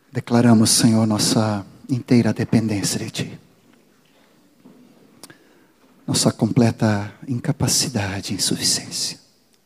Declaramos, Senhor, nossa inteira dependência de Ti. Nossa completa incapacidade e insuficiência.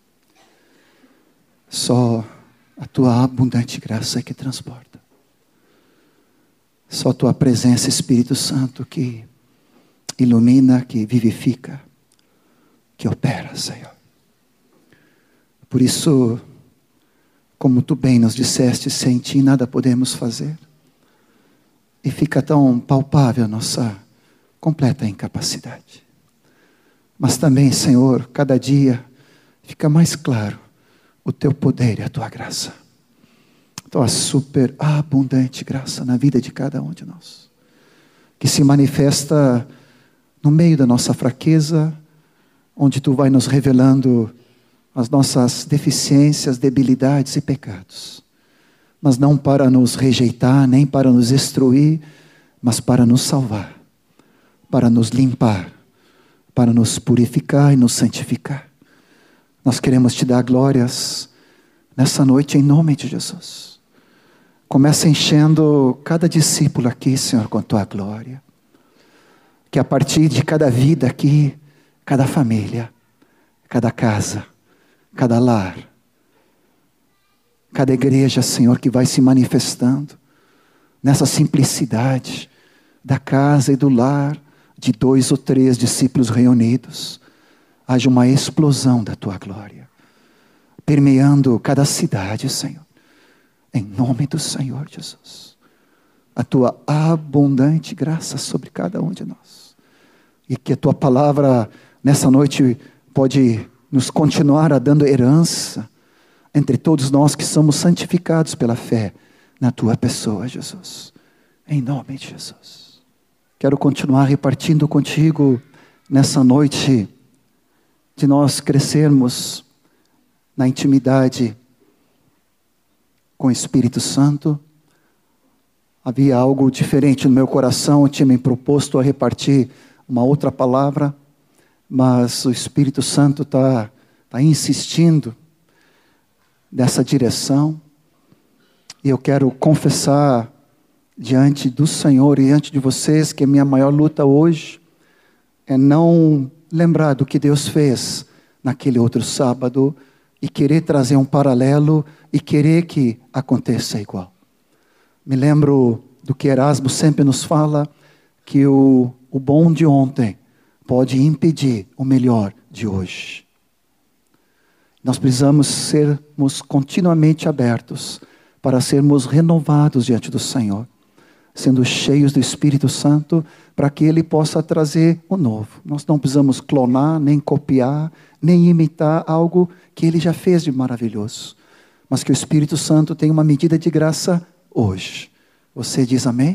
Só a Tua abundante graça é que transporta. Só a Tua presença, Espírito Santo, que ilumina, que vivifica, que opera, Senhor. Por isso, como Tu bem nos disseste, sem Ti nada podemos fazer. E fica tão palpável a nossa completa incapacidade. Mas também, Senhor, cada dia fica mais claro o Teu poder e a Tua graça. Tua super abundante graça na vida de cada um de nós. Que se manifesta no meio da nossa fraqueza, onde Tu vai nos revelando as nossas deficiências, debilidades e pecados. Mas não para nos rejeitar, nem para nos destruir, mas para nos salvar, para nos limpar, para nos purificar e nos santificar. Nós queremos Te dar glórias nessa noite em nome de Jesus. Começa enchendo cada discípulo aqui, Senhor, com Tua glória. Que a partir de cada vida aqui, cada família, cada casa, cada lar, cada igreja, Senhor, que vai se manifestando nessa simplicidade da casa e do lar, de 2 ou 3 discípulos reunidos, haja uma explosão da Tua glória, permeando cada cidade, Senhor, em nome do Senhor Jesus. A Tua abundante graça sobre cada um de nós. E que a Tua palavra nessa noite pode nos continuar a dando herança entre todos nós que somos santificados pela fé na Tua pessoa, Jesus. Em nome de Jesus. Quero continuar repartindo contigo nessa noite de nós crescermos na intimidade com o Espírito Santo. Havia algo diferente no meu coração, eu tinha me proposto a repartir uma outra palavra, mas o Espírito Santo está insistindo nessa direção, e eu quero confessar diante do Senhor e diante de vocês que a minha maior luta hoje é não lembrar do que Deus fez naquele outro sábado e querer trazer um paralelo e querer que aconteça igual. Me lembro do que Erasmo sempre nos fala, que o bom de ontem pode impedir o melhor de hoje. Nós precisamos sermos continuamente abertos para sermos renovados diante do Senhor, sendo cheios do Espírito Santo, para que Ele possa trazer o novo. Nós não precisamos clonar, nem copiar, nem imitar algo que Ele já fez de maravilhoso, mas que o Espírito Santo tem uma medida de graça hoje. Você diz amém?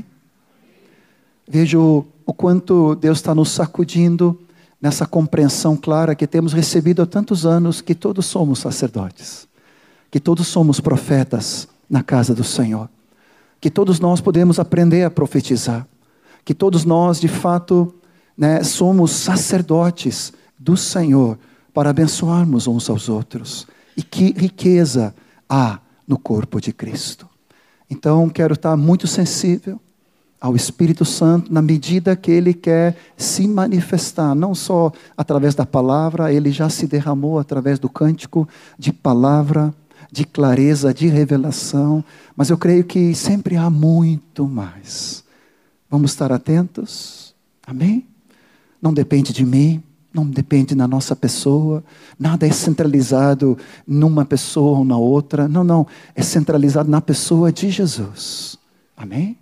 Vejo o quanto Deus está nos sacudindo nessa compreensão clara que temos recebido há tantos anos, que todos somos sacerdotes, que todos somos profetas na casa do Senhor, que todos nós podemos aprender a profetizar, que todos nós de fato somos sacerdotes do Senhor para abençoarmos uns aos outros. E que riqueza há no corpo de Cristo. Então quero estar muito sensível ao Espírito Santo, na medida que Ele quer se manifestar, não só através da palavra, Ele já se derramou através do cântico de palavra, de clareza, de revelação, mas eu creio que sempre há muito mais. Vamos estar atentos? Amém? Não depende de mim, não depende da nossa pessoa, nada é centralizado numa pessoa ou na outra, não, é centralizado na pessoa de Jesus. Amém?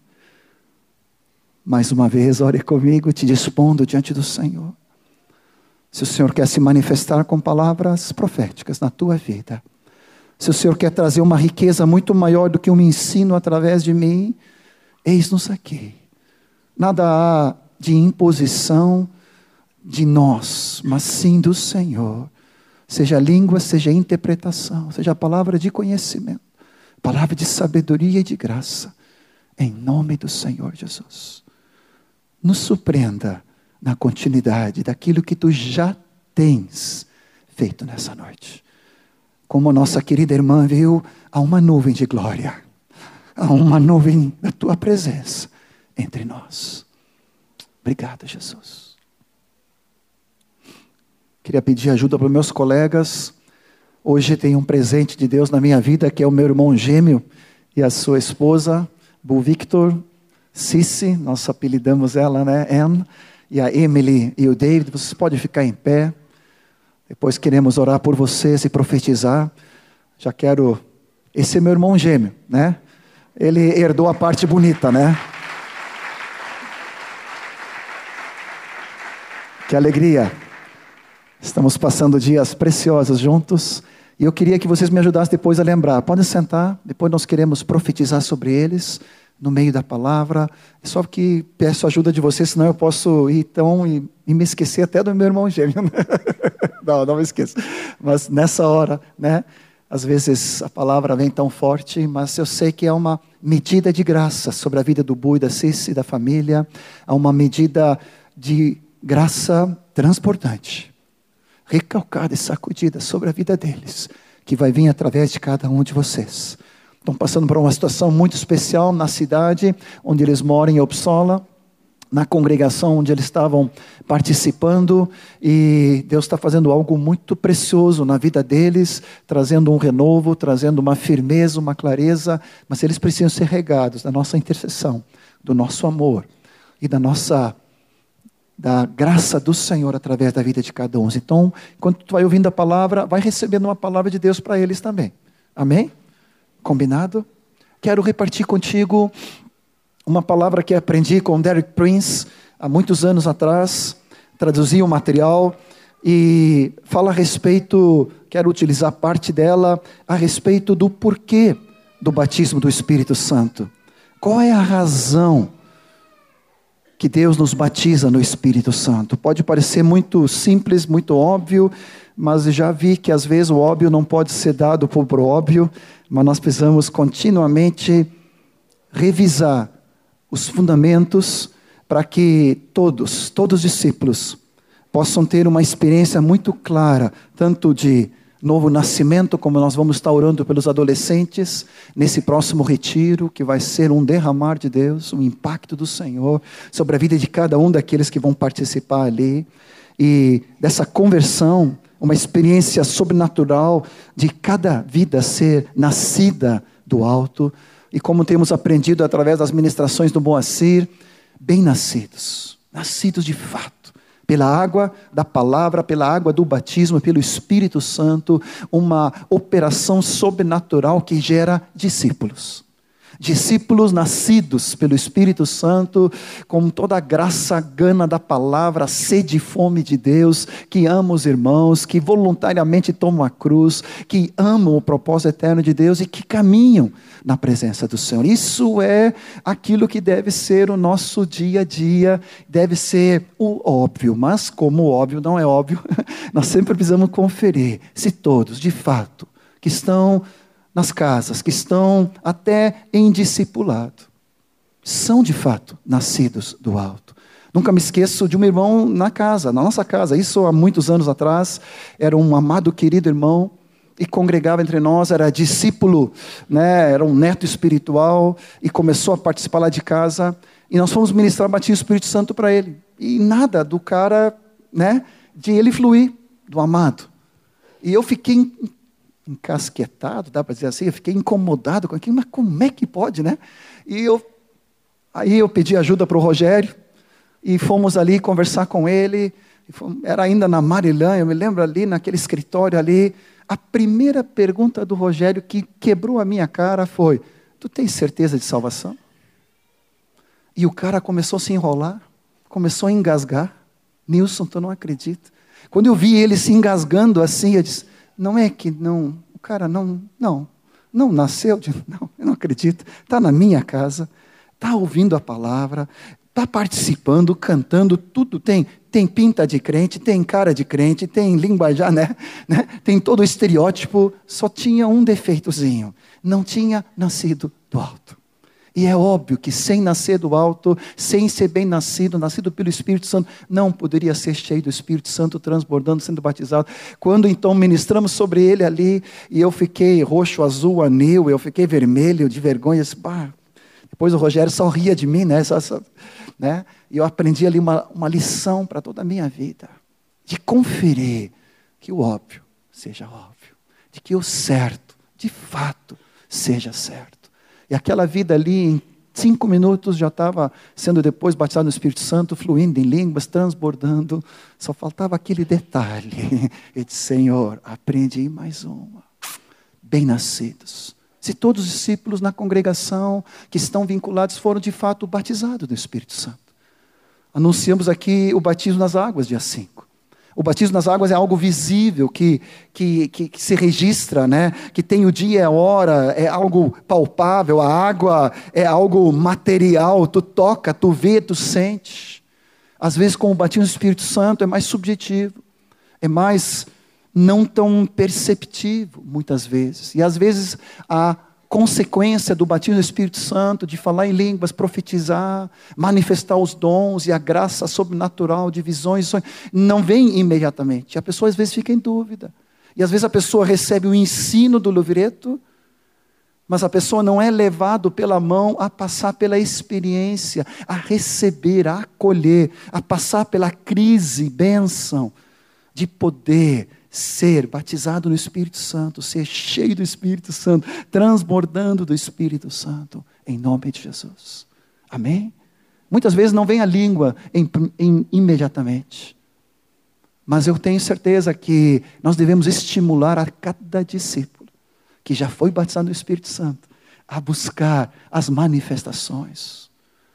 Mais uma vez, ore comigo, te dispondo diante do Senhor. Se o Senhor quer se manifestar com palavras proféticas na tua vida, se o Senhor quer trazer uma riqueza muito maior do que um ensino através de mim, eis-nos aqui. Nada há de imposição de nós, mas sim do Senhor. Seja língua, seja interpretação, seja palavra de conhecimento, palavra de sabedoria e de graça, em nome do Senhor Jesus. Nos surpreenda na continuidade daquilo que Tu já tens feito nessa noite. Como nossa querida irmã viu, há uma nuvem de glória. há uma nuvem da tua presença entre nós. Obrigado, Jesus. Queria pedir ajuda para os meus colegas. Hoje tem um presente de Deus na minha vida, que é o meu irmão gêmeo e a sua esposa, Bu Victor, Cici, nós apelidamos ela, né, Anne, e a Emily e o David. Vocês podem ficar em pé. Depois queremos orar por vocês e profetizar. Já quero... Esse é meu irmão gêmeo, né? Ele herdou a parte bonita, né? Que alegria. Estamos passando dias preciosos juntos. E eu queria que vocês me ajudassem depois a lembrar. Podem sentar. Depois nós queremos profetizar sobre eles, no meio da palavra. Só que peço a ajuda de vocês, senão eu posso ir então e me esquecer até do meu irmão gêmeo. Não me esqueço. Mas nessa hora, né? Às vezes a palavra vem tão forte, mas eu sei que é uma medida de graça sobre a vida do Bu e da Cici, da família. Há uma medida de graça transportante, recalcada e sacudida sobre a vida deles, que vai vir através de cada um de vocês. Estão passando por uma situação muito especial na cidade onde eles moram, em Uppsala, na congregação onde eles estavam participando, e Deus está fazendo algo muito precioso na vida deles, trazendo um renovo, trazendo uma firmeza, uma clareza, mas eles precisam ser regados da nossa intercessão, do nosso amor e da graça do Senhor através da vida de cada um. Então, quando tu vai ouvindo a palavra, vai recebendo uma palavra de Deus para eles também. Amém? Combinado? Quero repartir contigo uma palavra que aprendi com Derek Prince há muitos anos atrás. Traduzi o material e fala a respeito, quero utilizar parte dela, a respeito do porquê do batismo do Espírito Santo. Qual é a razão que Deus nos batiza no Espírito Santo? Pode parecer muito simples, muito óbvio, mas já vi que às vezes o óbvio não pode ser dado por óbvio, mas nós precisamos continuamente revisar os fundamentos para que todos os discípulos possam ter uma experiência muito clara, tanto de novo nascimento, como nós vamos estar orando pelos adolescentes, nesse próximo retiro, que vai ser um derramar de Deus, um impacto do Senhor, sobre a vida de cada um daqueles que vão participar ali, e dessa conversão, uma experiência sobrenatural, de cada vida ser nascida do alto, e como temos aprendido através das ministrações do Moacir, bem nascidos de fato, pela água da palavra, pela água do batismo, pelo Espírito Santo, uma operação sobrenatural que gera discípulos. Discípulos nascidos pelo Espírito Santo, com toda a graça, gana da palavra, sede e fome de Deus, que amam os irmãos, que voluntariamente tomam a cruz, que amam o propósito eterno de Deus e que caminham na presença do Senhor. Isso é aquilo que deve ser o nosso dia a dia, deve ser o óbvio, mas como o óbvio não é óbvio, nós sempre precisamos conferir se todos, de fato, que estão nas casas, que estão até em discipulado, são de fato nascidos do alto. Nunca me esqueço de um irmão na nossa casa, isso há muitos anos atrás, era um amado, querido irmão, e congregava entre nós, era discípulo, né, era um neto espiritual, e começou a participar lá de casa, e nós fomos ministrar batismo do Espírito Santo para ele, e nada do cara, né, de ele fluir, do amado. E eu fiquei encasquetado, dá para dizer assim, eu fiquei incomodado com aquilo, mas como é que pode, né? Aí eu pedi ajuda para o Rogério, e fomos ali conversar com ele, era ainda na Marilã, eu me lembro ali, naquele escritório ali, a primeira pergunta do Rogério que quebrou a minha cara foi: tu tens certeza de salvação? E o cara começou a se enrolar, começou a engasgar. Nilson, tu não acredita? Quando eu vi ele se engasgando assim, eu disse: não é que não, o cara não nasceu de... Não, eu não acredito. Está na minha casa, está ouvindo a palavra, está participando, cantando, tudo tem pinta de crente, tem cara de crente, tem linguajar, né? Tem todo o estereótipo, só tinha um defeitozinho, não tinha nascido do alto. E é óbvio que sem nascer do alto, sem ser bem nascido, nascido pelo Espírito Santo, não poderia ser cheio do Espírito Santo, transbordando, sendo batizado. Quando então ministramos sobre ele ali, e eu fiquei roxo, azul, anil, eu fiquei vermelho de vergonha. Depois o Rogério só ria de mim, né? Né? E eu aprendi ali uma lição para toda a minha vida, de conferir que o óbvio seja óbvio, de que o certo, de fato, seja certo. E aquela vida ali, em 5 minutos, já estava sendo depois batizado no Espírito Santo, fluindo em línguas, transbordando. Só faltava aquele detalhe. Eu disse, Senhor, aprendi mais uma. Bem-nascidos. Se todos os discípulos na congregação que estão vinculados foram de fato batizados no Espírito Santo. Anunciamos aqui o batismo nas águas, dia 5. O batismo nas águas é algo visível, que se registra, né? Que tem o dia e a hora, é algo palpável, a água é algo material, tu toca, tu vê, tu sente. Às vezes com o batismo do Espírito Santo é mais subjetivo, é mais não tão perceptivo, muitas vezes. E às vezes a consequência do batismo do Espírito Santo, de falar em línguas, profetizar, manifestar os dons e a graça sobrenatural de visões, não vem imediatamente. A pessoa às vezes fica em dúvida. E às vezes a pessoa recebe o ensino do livreto, mas a pessoa não é levado pela mão a passar pela experiência, a receber, a acolher, a passar pela crise, bênção, de poder ser batizado no Espírito Santo, ser cheio do Espírito Santo, transbordando do Espírito Santo, em nome de Jesus. Amém? Muitas vezes não vem a língua imediatamente, mas eu tenho certeza que nós devemos estimular a cada discípulo, que já foi batizado no Espírito Santo, a buscar as manifestações.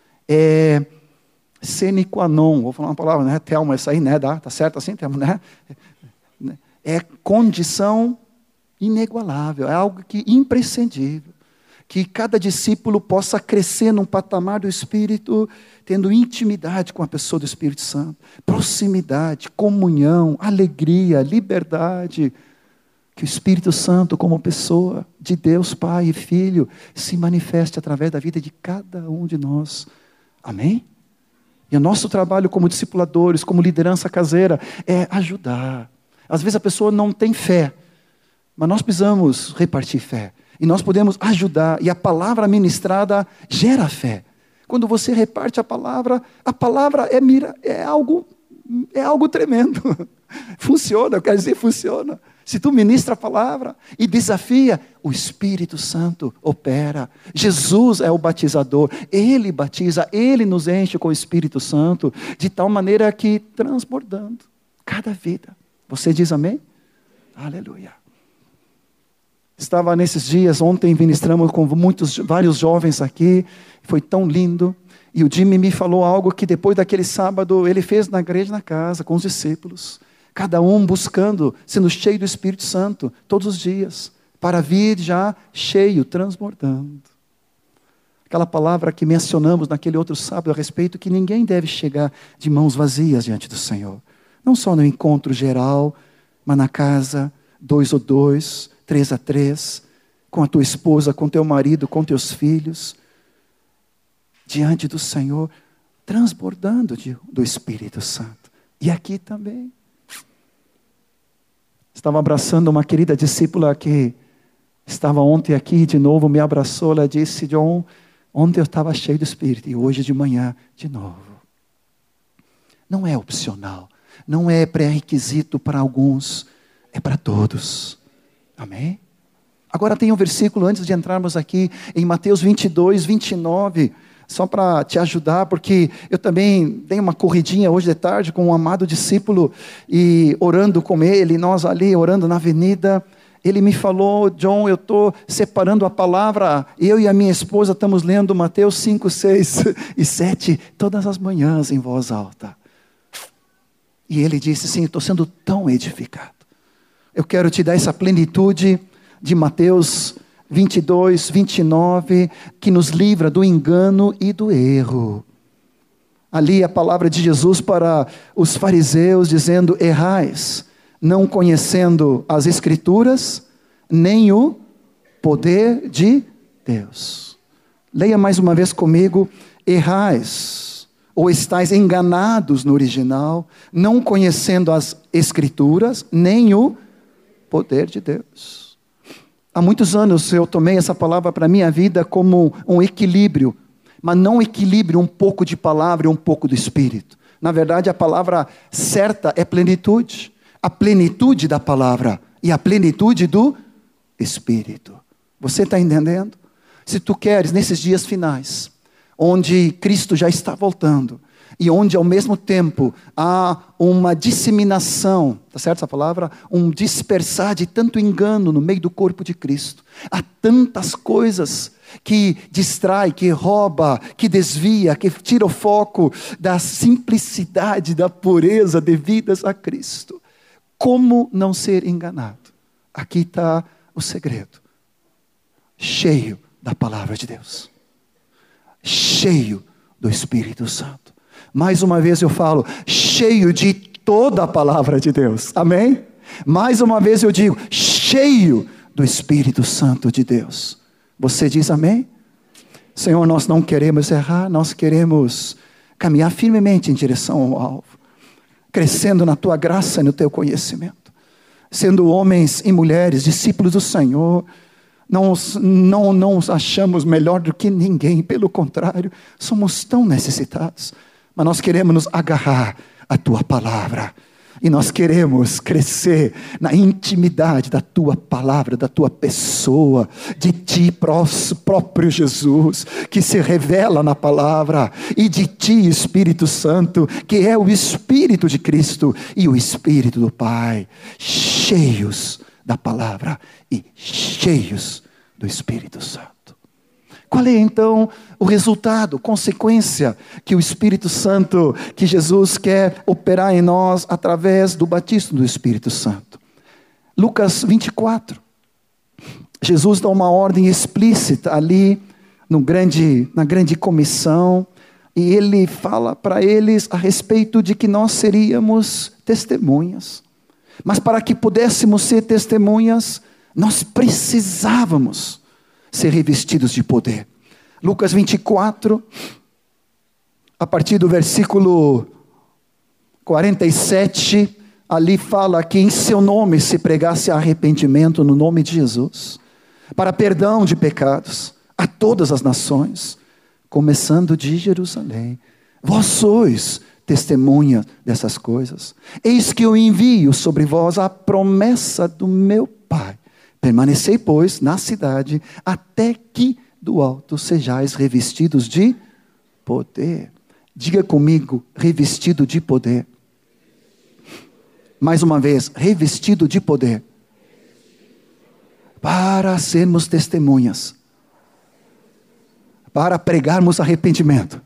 Sine qua non, vou falar uma palavra, né? Telmo, essa aí, né? Tá certo assim, Telmo, né? É condição inigualável, é algo que imprescindível, que cada discípulo possa crescer num patamar do Espírito, tendo intimidade com a pessoa do Espírito Santo, proximidade, comunhão, alegria, liberdade, que o Espírito Santo como pessoa de Deus Pai e Filho se manifeste através da vida de cada um de nós. Amém? E o nosso trabalho como discipuladores, como liderança caseira, é ajudar. Às vezes a pessoa não tem fé, mas nós precisamos repartir fé. E nós podemos ajudar. E a palavra ministrada gera fé. Quando você reparte a palavra é algo tremendo. Funciona, eu quero dizer, funciona. Se tu ministra a palavra e desafia, o Espírito Santo opera. Jesus é o batizador. Ele batiza, Ele nos enche com o Espírito Santo, de tal maneira que transbordando cada vida. Você diz amém? Aleluia. Estava nesses dias, ontem ministramos com vários jovens aqui, foi tão lindo, e o Jimmy me falou algo que depois daquele sábado, ele fez na igreja, na casa, com os discípulos, cada um buscando, sendo cheio do Espírito Santo, todos os dias, para vir já cheio, transbordando. Aquela palavra que mencionamos naquele outro sábado a respeito, que ninguém deve chegar de mãos vazias diante do Senhor. Não só no encontro geral, mas na casa, 2 ou 2, 3 a 3, com a tua esposa, com teu marido, com teus filhos, diante do Senhor, transbordando do Espírito Santo. E aqui também. Estava abraçando uma querida discípula que estava ontem aqui, de novo me abraçou, ela disse, John, ontem eu estava cheio do Espírito, e hoje de manhã, de novo. Não é opcional. Não é pré-requisito para alguns, é para todos. Amém? Agora tem um versículo, antes de entrarmos aqui, em Mateus 22, 29, só para te ajudar, porque eu também dei uma corridinha hoje de tarde com um amado discípulo, e orando com ele, nós ali orando na avenida, ele me falou, John, eu estou separando a palavra, eu e a minha esposa estamos lendo Mateus 5, 6 e 7, todas as manhãs em voz alta. E ele disse, sim, estou sendo tão edificado. Eu quero te dar essa plenitude de Mateus 22, 29, que nos livra do engano e do erro. Ali a palavra de Jesus para os fariseus, dizendo, errais, não conhecendo as Escrituras, nem o poder de Deus. Leia mais uma vez comigo. Errais, ou estáis enganados no original, não conhecendo as Escrituras, nem o poder de Deus. Há muitos anos eu tomei essa palavra para a minha vida como um equilíbrio, mas não um equilíbrio, um pouco de palavra e um pouco do Espírito. Na verdade, a palavra certa é plenitude. A plenitude da palavra e a plenitude do Espírito. Você está entendendo? Se tu queres, nesses dias finais, onde Cristo já está voltando, e onde ao mesmo tempo há uma disseminação, está certo essa palavra? Um dispersar de tanto engano no meio do corpo de Cristo. Há tantas coisas que distrai, que rouba, que desvia, que tira o foco da simplicidade, da pureza devidas a Cristo. Como não ser enganado? Aqui está o segredo. Cheio da palavra de Deus. Cheio do Espírito Santo. Mais uma vez eu falo, cheio de toda a palavra de Deus. Amém? Mais uma vez eu digo, cheio do Espírito Santo de Deus. Você diz amém? Senhor, nós não queremos errar, nós queremos caminhar firmemente em direção ao alvo, crescendo na Tua graça e no Teu conhecimento, sendo homens e mulheres, discípulos do Senhor. Não nos achamos melhor do que ninguém, pelo contrário, somos tão necessitados, mas nós queremos nos agarrar à Tua palavra, e nós queremos crescer na intimidade da Tua palavra, da Tua pessoa, de Ti próprio Jesus, que se revela na palavra, e de Ti, Espírito Santo, que é o Espírito de Cristo e o Espírito do Pai, cheios da palavra e cheios do Espírito Santo. Qual é então o resultado, consequência que o Espírito Santo, que Jesus quer operar em nós através do batismo do Espírito Santo? Lucas 24, Jesus dá uma ordem explícita ali na grande comissão, e Ele fala para eles a respeito de que nós seríamos testemunhas. Mas para que pudéssemos ser testemunhas, nós precisávamos ser revestidos de poder. Lucas 24, a partir do versículo 47, ali fala que em seu nome se pregasse arrependimento no nome de Jesus, para perdão de pecados, a todas as nações, começando de Jerusalém. Vós sois testemunha dessas coisas. Eis que eu envio sobre vós a promessa do meu Pai. Permanecei, pois, na cidade, até que do alto sejais revestidos de poder. Diga comigo, revestido de poder. Mais uma vez, revestido de poder. Para sermos testemunhas. Para pregarmos arrependimento.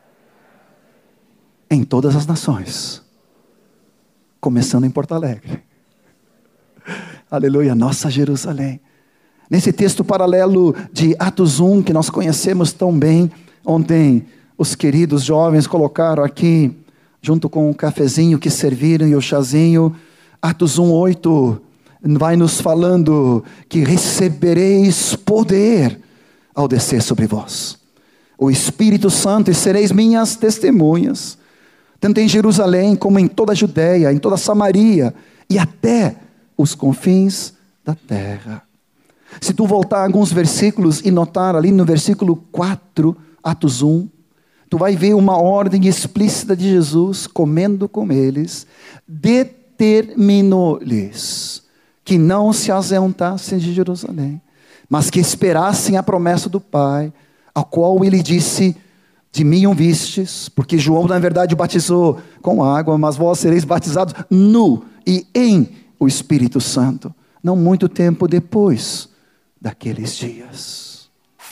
Em todas as nações. Começando em Porto Alegre. Aleluia, nossa Jerusalém. Nesse texto paralelo de Atos 1, que nós conhecemos tão bem, ontem os queridos jovens colocaram aqui, junto com o cafezinho que serviram e o chazinho, Atos 1:8, vai nos falando que recebereis poder ao descer sobre vós o Espírito Santo, e sereis minhas testemunhas, tanto em Jerusalém como em toda a Judeia, em toda a Samaria e até os confins da terra. Se tu voltar a alguns versículos e notar ali no versículo 4, Atos 1, tu vai ver uma ordem explícita de Jesus, comendo com eles, determinou-lhes que não se ausentassem de Jerusalém, mas que esperassem a promessa do Pai, a qual ele disse: de mim o vistes, porque João na verdade batizou com água, mas vós sereis batizados no e em o Espírito Santo, não muito tempo depois daqueles dias.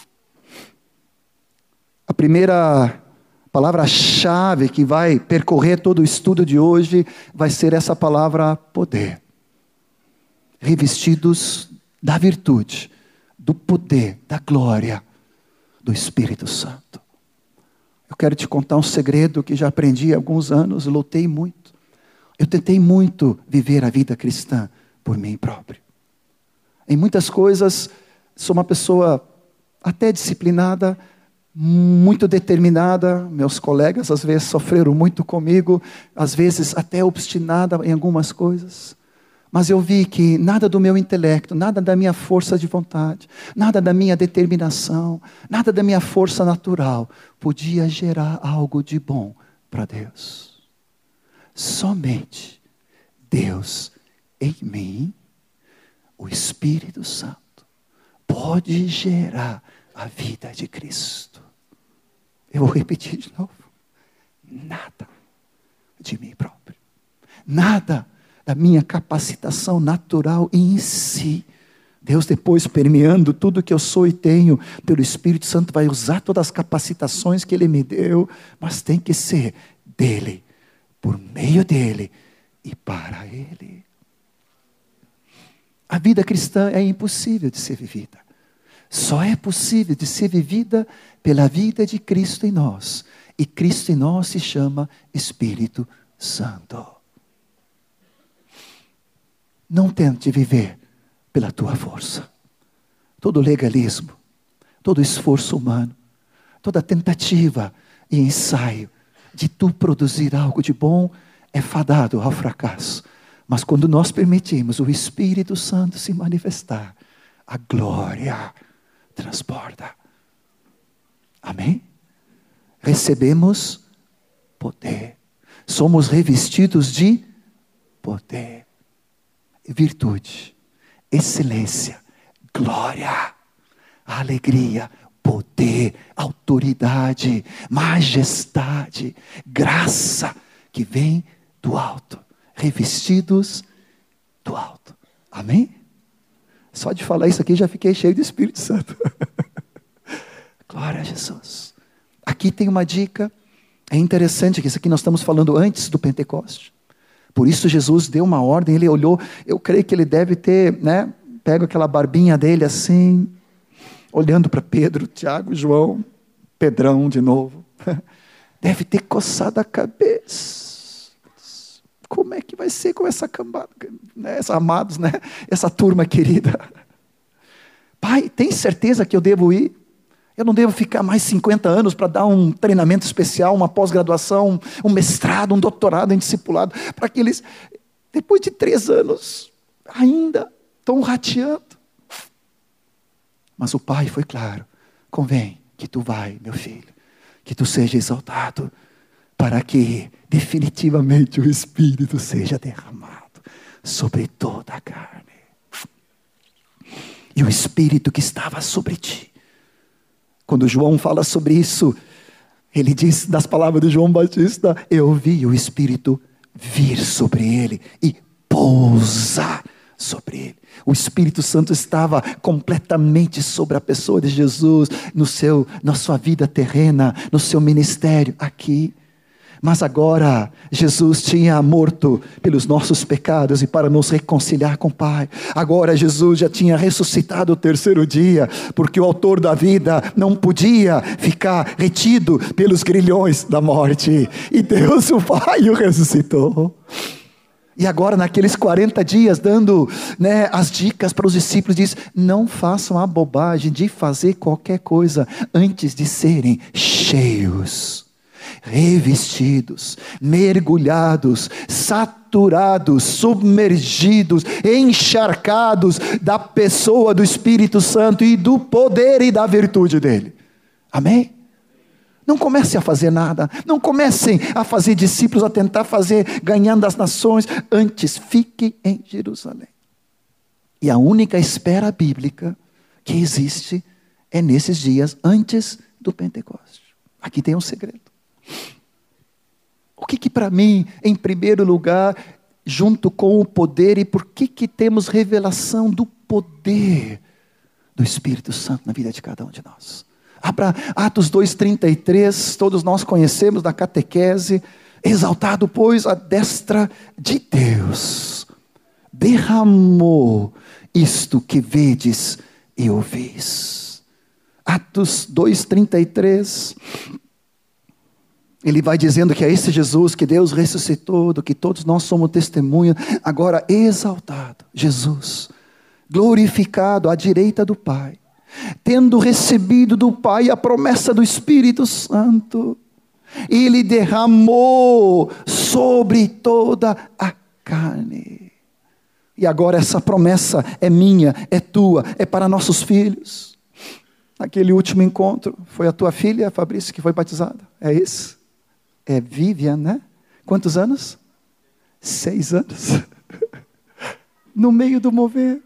A primeira palavra-chave que vai percorrer todo o estudo de hoje vai ser essa palavra poder. Revestidos da virtude, do poder, da glória do Espírito Santo. Eu quero te contar um segredo que já aprendi há alguns anos, lutei muito. Eu tentei muito viver a vida cristã por mim próprio. Em muitas coisas, sou uma pessoa até disciplinada, muito determinada. Meus colegas às vezes sofreram muito comigo, às vezes até obstinada em algumas coisas. Mas eu vi que nada do meu intelecto, nada da minha força de vontade, nada da minha determinação, nada da minha força natural podia gerar algo de bom para Deus. Somente Deus em mim, o Espírito Santo, pode gerar a vida de Cristo. Eu vou repetir de novo. Nada de mim próprio. Nada da minha capacitação natural em si. Deus, depois permeando tudo que eu sou e tenho, pelo Espírito Santo, vai usar todas as capacitações que Ele me deu, mas tem que ser dEle, por meio dEle e para Ele. A vida cristã é impossível de ser vivida. Só é possível de ser vivida pela vida de Cristo em nós. E Cristo em nós se chama Espírito Santo. Não tente viver pela tua força. Todo legalismo, todo esforço humano, toda tentativa e ensaio de tu produzir algo de bom é fadado ao fracasso. Mas quando nós permitimos o Espírito Santo se manifestar, a glória transborda. Amém? Recebemos poder. Somos revestidos de poder, virtude, excelência, glória, alegria, poder, autoridade, majestade, graça que vem do alto, revestidos do alto. Amém? Só de falar isso aqui já fiquei cheio do Espírito Santo. Glória a Jesus. Aqui tem uma dica. É interessante que isso aqui nós estamos falando antes do Pentecoste. Por isso Jesus deu uma ordem, ele olhou, eu creio que ele deve ter, pega aquela barbinha dele assim, olhando para Pedro, Tiago, João, Pedrão de novo. Deve ter coçado a cabeça. Como é que vai ser com essa cambada, amados, essa turma querida? Pai, tem certeza que eu devo ir? Eu não devo ficar mais 50 anos para dar um treinamento especial, uma pós-graduação, um mestrado, um doutorado em discipulado, para que eles, depois de 3 anos, ainda estão rateando. Mas o pai foi claro: convém que tu vai, meu filho, que tu seja exaltado, para que definitivamente o Espírito seja derramado sobre toda a carne. E o Espírito que estava sobre ti. Quando João fala sobre isso, ele diz das palavras de João Batista: eu vi o Espírito vir sobre ele e pousar sobre ele. O Espírito Santo estava completamente sobre a pessoa de Jesus, na sua vida terrena, no seu ministério aqui. Mas agora Jesus tinha morto pelos nossos pecados e para nos reconciliar com o Pai. Agora Jesus já tinha ressuscitado o 3º dia, porque o autor da vida não podia ficar retido pelos grilhões da morte. E Deus, o Pai, o ressuscitou. E agora naqueles 40 dias, dando as dicas para os discípulos, diz: não façam a bobagem de fazer qualquer coisa antes de serem cheios, revestidos, mergulhados, saturados, submergidos, encharcados da pessoa do Espírito Santo e do poder e da virtude dele. Amém? Não comecem a fazer nada, não comecem a fazer discípulos, a tentar fazer ganhando as nações. Antes, fiquem em Jerusalém. E a única espera bíblica que existe é nesses dias antes do Pentecoste. Aqui tem um segredo. O que para mim, em primeiro lugar, junto com o poder, e por que temos revelação do poder do Espírito Santo na vida de cada um de nós? Abra Atos 2,33, todos nós conhecemos da catequese: exaltado, pois, a destra de Deus, derramou isto que vedes e ouvis. Atos 2,33, ele vai dizendo que é esse Jesus que Deus ressuscitou, do que todos nós somos testemunha, agora exaltado, Jesus, glorificado à direita do Pai, tendo recebido do Pai a promessa do Espírito Santo, Ele derramou sobre toda a carne. E agora essa promessa é minha, é tua, é para nossos filhos. Naquele último encontro, foi a tua filha, Fabrício, que foi batizada? É isso? É Vivian, né? Quantos anos? 6 anos. No meio do mover.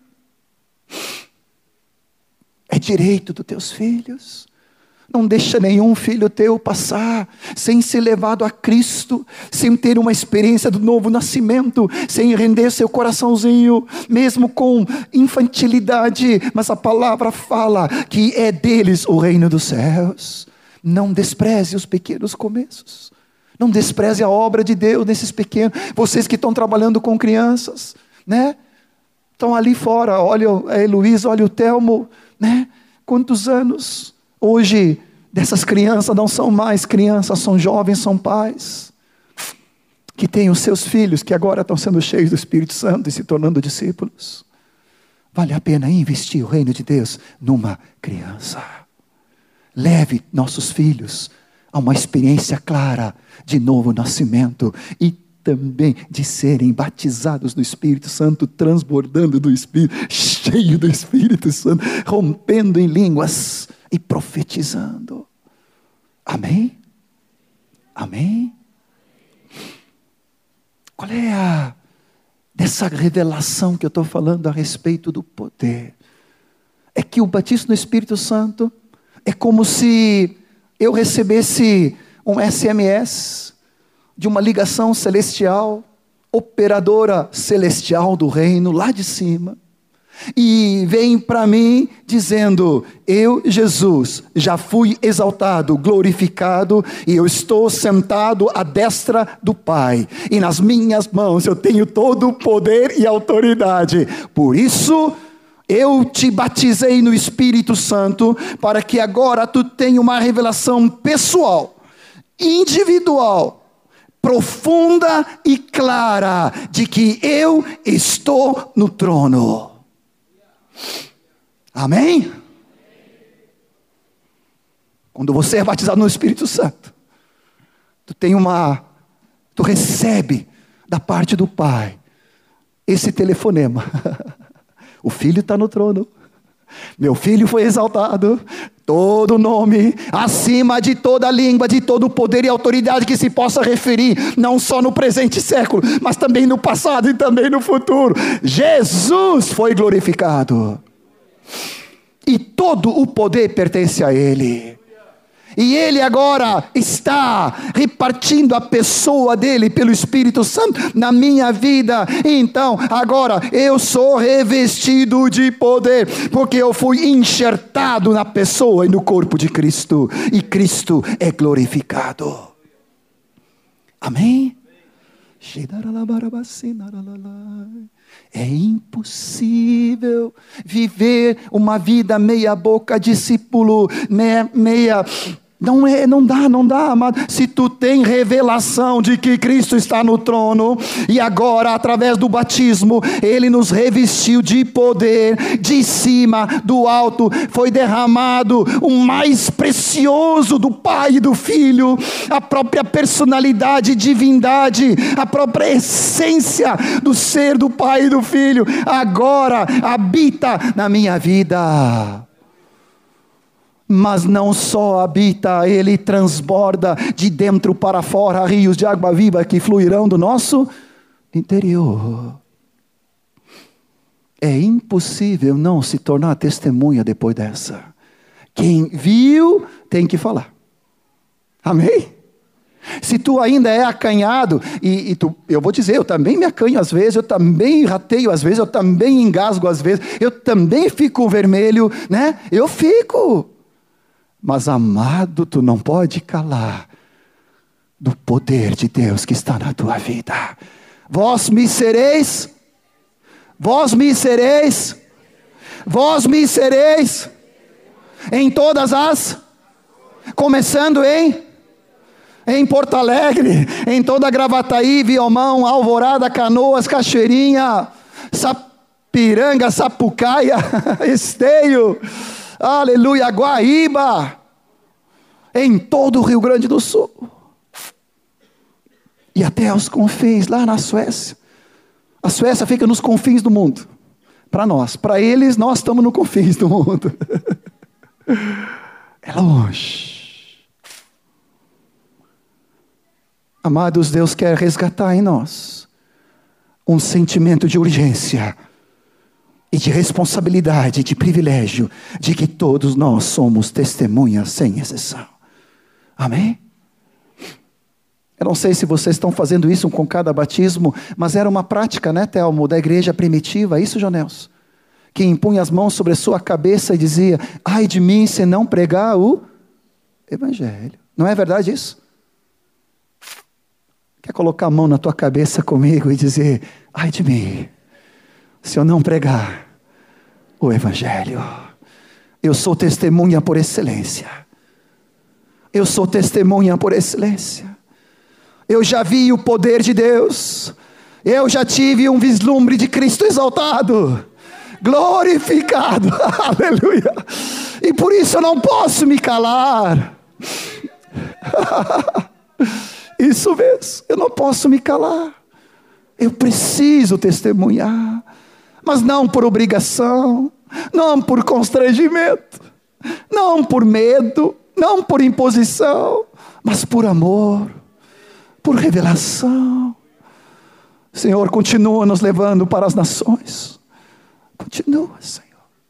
É direito dos teus filhos. Não deixa nenhum filho teu passar sem ser levado a Cristo, sem ter uma experiência do novo nascimento, sem render seu coraçãozinho, mesmo com infantilidade. Mas a palavra fala que é deles o reino dos céus. Não despreze os pequenos começos. Não despreze a obra de Deus nesses pequenos. Vocês que estão trabalhando com crianças, né? Estão ali fora, olha a Heloísa, olha o Telmo, né? Quantos anos hoje dessas crianças não são mais crianças, são jovens, são pais, que têm os seus filhos, que agora estão sendo cheios do Espírito Santo e se tornando discípulos. Vale a pena investir o reino de Deus numa criança. Leve nossos filhos a uma experiência clara de novo nascimento e também de serem batizados no Espírito Santo, transbordando do Espírito, cheio do Espírito Santo, rompendo em línguas e profetizando. Amém? Amém? Qual é dessa revelação que eu estou falando a respeito do poder? É que o batismo no Espírito Santo é como se eu recebesse um SMS de uma ligação celestial, operadora celestial do reino, lá de cima, e vem para mim dizendo: eu, Jesus, já fui exaltado, glorificado, e eu estou sentado à destra do Pai, e nas minhas mãos eu tenho todo o poder e autoridade. Por isso eu te batizei no Espírito Santo, para que agora tu tenha uma revelação pessoal, individual, profunda e clara, de que eu estou no trono. Amém? Quando você é batizado no Espírito Santo, tu recebe da parte do Pai esse telefonema: o filho está no trono, meu filho foi exaltado, todo nome, acima de toda língua, de todo poder e autoridade que se possa referir, não só no presente século, mas também no passado e também no futuro. Jesus foi glorificado, e todo o poder pertence a Ele. E Ele agora está repartindo a pessoa dEle pelo Espírito Santo na minha vida. Então agora eu sou revestido de poder, porque eu fui enxertado na pessoa e no corpo de Cristo, e Cristo é glorificado. Amém? É impossível viver uma vida meia boca, discípulo, meia. Não dá, amado. Se tu tem revelação de que Cristo está no trono, e agora através do batismo, Ele nos revestiu de poder, de cima, do alto, foi derramado o mais precioso do Pai e do Filho, a própria personalidade e divindade, a própria essência do ser do Pai e do Filho, agora habita na minha vida. Mas não só habita, Ele transborda de dentro para fora rios de água viva que fluirão do nosso interior. É impossível não se tornar testemunha depois dessa. Quem viu tem que falar. Amém? Se tu ainda é acanhado, eu vou dizer, eu também me acanho às vezes, eu também rateio às vezes, eu também engasgo às vezes, eu também fico vermelho, né? Eu fico. Mas amado, tu não pode calar do poder de Deus que está na tua vida. Vós me sereis, em todas as, começando em Porto Alegre, em toda Gravataí, Viomão, Alvorada, Canoas, Cachoeirinha, Sapiranga, Sapucaia, Esteio, aleluia, Guaíba, em todo o Rio Grande do Sul, e até os confins, lá na Suécia. A Suécia fica nos confins do mundo, para nós. Para eles, nós estamos nos confins do mundo. É longe. Amados, Deus quer resgatar em nós um sentimento de urgência e de responsabilidade, de privilégio, de que todos nós somos testemunhas sem exceção. Amém? Eu não sei se vocês estão fazendo isso com cada batismo, mas era uma prática, né, Telmo, da igreja primitiva, isso, Jonelson? Que impunha as mãos sobre a sua cabeça e dizia: ai de mim se não pregar o Evangelho. Não é verdade isso? Quer colocar a mão na tua cabeça comigo e dizer: ai de mim, se eu não pregar o Evangelho? Eu sou testemunha por excelência. Eu sou testemunha por excelência. Eu já vi o poder de Deus. Eu já tive um vislumbre de Cristo exaltado, glorificado. Aleluia. E por isso eu não posso me calar. Isso mesmo, eu não posso me calar. Eu preciso testemunhar, mas não por obrigação, não por constrangimento, não por medo, não por imposição, mas por amor, por revelação. Senhor, continua nos levando para as nações. Continua, Senhor.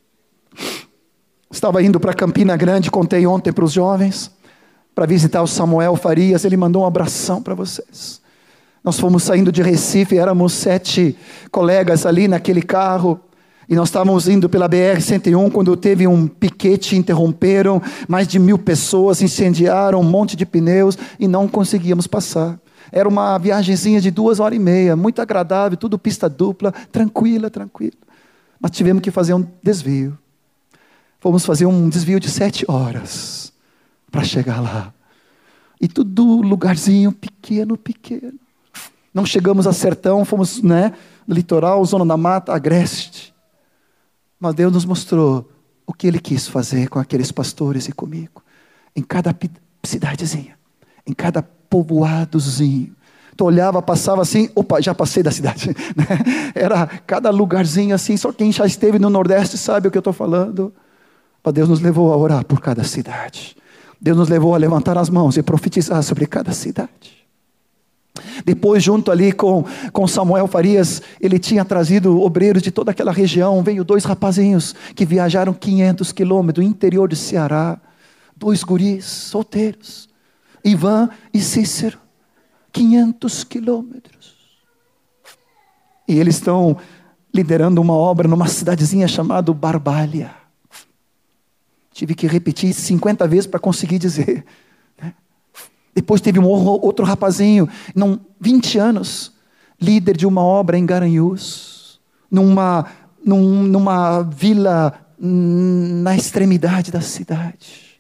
Estava indo para Campina Grande, contei ontem para os jovens, para visitar o Samuel Farias. Ele mandou um abração para vocês. Nós fomos saindo de Recife, éramos 7 colegas ali naquele carro, e nós estávamos indo pela BR-101, quando teve um piquete, interromperam, mais de 1000 pessoas, incendiaram um monte de pneus, e não conseguíamos passar. Era uma viagenzinha de 2h30, muito agradável, tudo pista dupla, tranquila. Mas tivemos que fazer um desvio. Fomos fazer um desvio de 7 horas, para chegar lá. E tudo lugarzinho pequeno. Não chegamos a Sertão, fomos, no litoral, Zona da Mata, Agreste. Mas Deus nos mostrou o que Ele quis fazer com aqueles pastores e comigo. Em cada cidadezinha, em cada povoadozinho. Tu olhava, passava assim, opa, já passei da cidade. Era cada lugarzinho assim, só quem já esteve no Nordeste sabe o que eu estou falando. Mas Deus nos levou a orar por cada cidade. Deus nos levou a levantar as mãos e profetizar sobre cada cidade. Depois, junto ali com Samuel Farias, ele tinha trazido obreiros de toda aquela região. Veio 2 rapazinhos que viajaram 500 quilômetros do interior do Ceará. 2 guris solteiros, Ivan e Cícero, 500 quilômetros. E eles estão liderando uma obra numa cidadezinha chamada Barbalha. Tive que repetir 50 vezes para conseguir dizer. Depois teve um outro rapazinho, 20 anos, líder de uma obra em Garanhuns, numa vila na extremidade da cidade.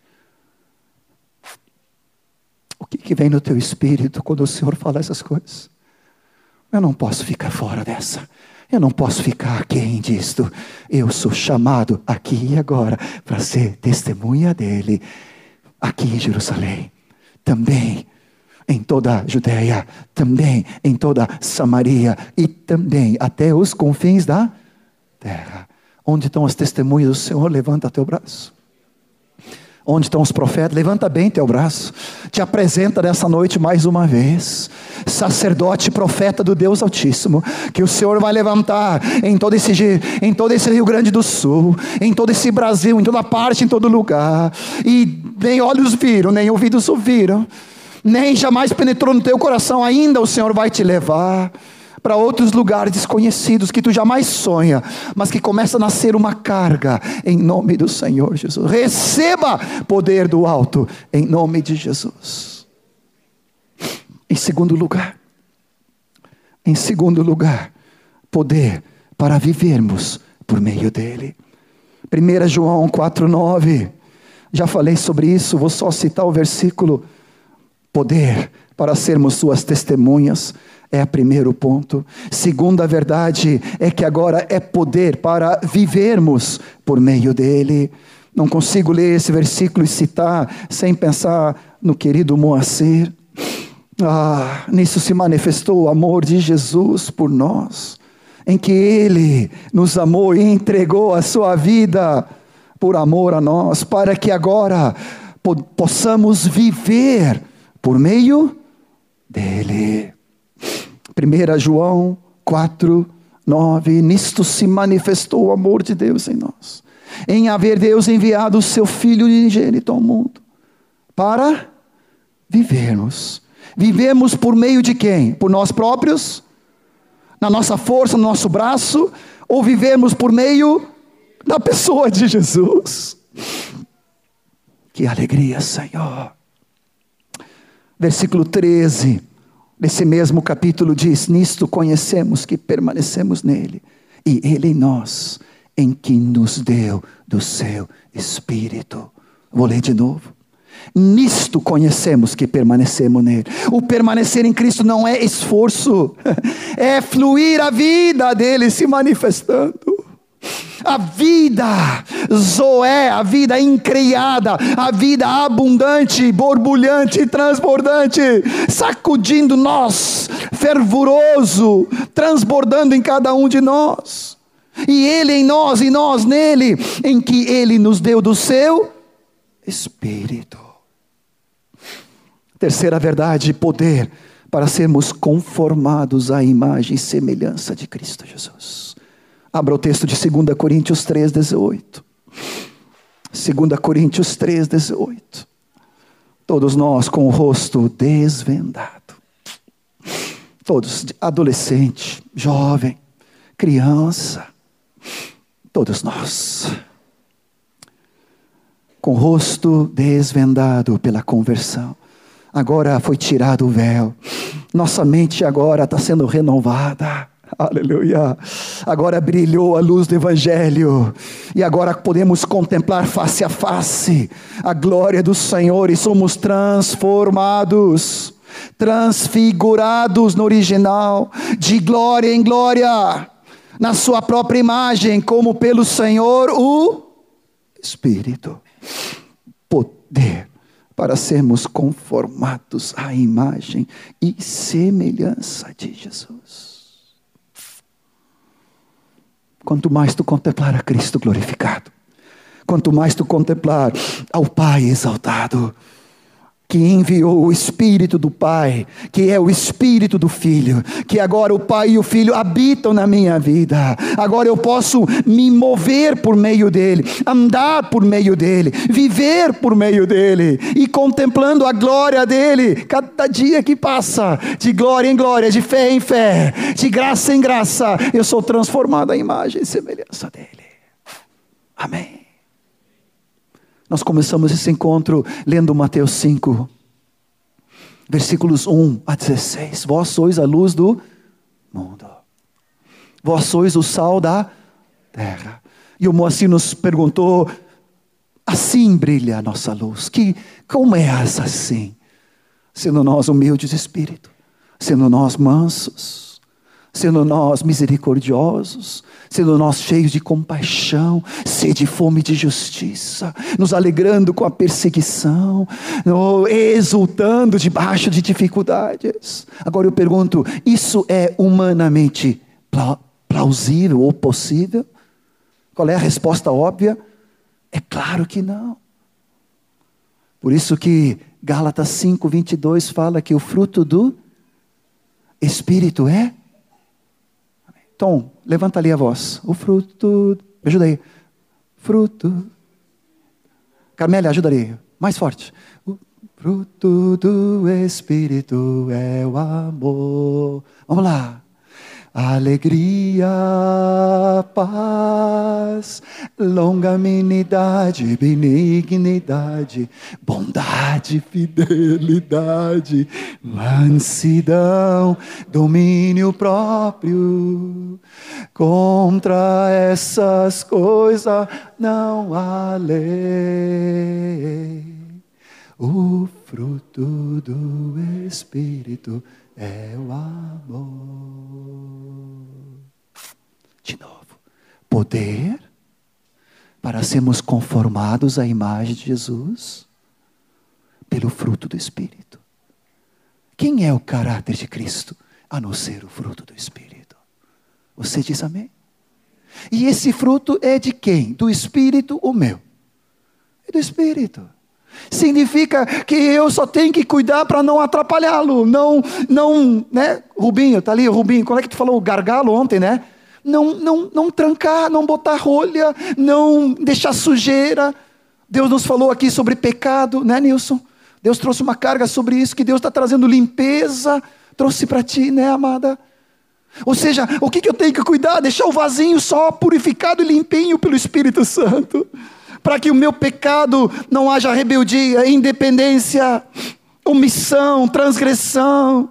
O que vem no teu espírito quando o Senhor fala essas coisas? Eu não posso ficar fora dessa. Eu não posso ficar aquém disto. Eu sou chamado aqui e agora para ser testemunha dele. Aqui em Jerusalém. Também em toda a Judeia. Também em toda a Samaria. E também até os confins da terra. Onde estão as testemunhas do Senhor? Levanta teu braço. Onde estão os profetas? Levanta bem teu braço. Te apresenta nessa noite mais uma vez. Sacerdote, profeta do Deus Altíssimo, que o Senhor vai levantar em todo esse Rio Grande do Sul, em todo esse Brasil, em toda parte, em todo lugar. E nem olhos viram, nem ouvidos ouviram, nem jamais penetrou no teu coração ainda. O Senhor vai te levar para outros lugares desconhecidos que tu jamais sonha, mas que começa a nascer uma carga em nome do Senhor Jesus. Receba poder do alto em nome de Jesus. Em segundo lugar, poder para vivermos por meio dele. 1 João 4,9, já falei sobre isso, vou só citar o versículo. Poder para sermos suas testemunhas é o primeiro ponto. Segunda verdade é que agora é poder para vivermos por meio dele. Não consigo ler esse versículo e citar sem pensar no querido Moacir. Nisso se manifestou o amor de Jesus por nós, em que Ele nos amou e entregou a sua vida por amor a nós, para que agora possamos viver por meio dEle. 1 João 4:9, nisto se manifestou o amor de Deus em nós, em haver Deus enviado o seu Filho unigênito ao mundo, para vivermos. Vivemos por meio de quem? Por nós próprios? Na nossa força, no nosso braço? Ou vivemos por meio da pessoa de Jesus? Que alegria, Senhor! Versículo 13, desse mesmo capítulo diz: nisto conhecemos que permanecemos nele, e ele em nós, em que nos deu do seu Espírito. Vou ler de novo. Nisto conhecemos que permanecemos nele. O permanecer em Cristo não é esforço, é fluir a vida dele se manifestando. A vida Zoé, a vida incriada, a vida abundante, borbulhante, transbordante, sacudindo nós, fervoroso, transbordando em cada um de nós. E ele em nós e nós nele, em que ele nos deu do seu Espírito. Terceira verdade, poder para sermos conformados à imagem e semelhança de Cristo Jesus. Abra o texto de 2 Coríntios 3:18. 2 Coríntios 3:18. Todos nós com o rosto desvendado. Todos, adolescente, jovem, criança. Todos nós. Com o rosto desvendado pela conversão. Agora foi tirado o véu. Nossa mente agora está sendo renovada. Aleluia. Agora brilhou a luz do Evangelho. E agora podemos contemplar face a face a glória do Senhor. E somos transformados, transfigurados no original, de glória em glória, na sua própria imagem, como pelo Senhor o Espírito. Poder para sermos conformados à imagem e semelhança de Jesus. Quanto mais tu contemplar a Cristo glorificado, quanto mais tu contemplar ao Pai exaltado, que enviou o Espírito do Pai, que é o Espírito do Filho, que agora o Pai e o Filho habitam na minha vida. Agora eu posso me mover por meio dele, andar por meio dele, viver por meio dele, e contemplando a glória dele, cada dia que passa, de glória em glória, de fé em fé, de graça em graça, eu sou transformado à imagem e semelhança dele. Amém. Nós começamos esse encontro lendo Mateus 5, versículos 1-16. Vós sois a luz do mundo. Vós sois o sal da terra. E o Moacir nos perguntou: assim brilha a nossa luz. Como é essa assim? Sendo nós humildes de espírito, sendo nós mansos, sendo nós misericordiosos, sendo nós cheios de compaixão, sede e fome de justiça, nos alegrando com a perseguição, exultando debaixo de dificuldades. Agora eu pergunto, isso é humanamente plausível ou possível? Qual é a resposta óbvia? É claro que não. Por isso que Gálatas 5:22 fala que o fruto do Espírito é... Tom, levanta ali a voz. O fruto... Me ajuda aí. Fruto... Carmélia, ajuda ali. Mais forte. O fruto do Espírito é o amor. Vamos lá. Alegria, paz, longanimidade, benignidade, bondade, fidelidade, mansidão, domínio próprio. Contra essas coisas não há lei. O fruto do Espírito é o amor. De novo, poder para sermos conformados à imagem de Jesus? Pelo fruto do Espírito. Quem é o caráter de Cristo, a não ser o fruto do Espírito? Você diz amém? E esse fruto é de quem? Do Espírito ou meu? É do Espírito. Significa que eu só tenho que cuidar para não atrapalhá-lo. Não, né? Rubinho, tá ali o Rubinho. Como é que tu falou? O gargalo ontem, né? Não trancar, não botar rolha, não deixar sujeira. Deus nos falou aqui sobre pecado, né, Nilson? Deus trouxe uma carga sobre isso, que Deus está trazendo limpeza, trouxe para ti, né, amada? Ou seja, o que eu tenho que cuidar? Deixar o vasinho só purificado e limpinho pelo Espírito Santo, para que o meu pecado não haja rebeldia, independência, omissão, transgressão,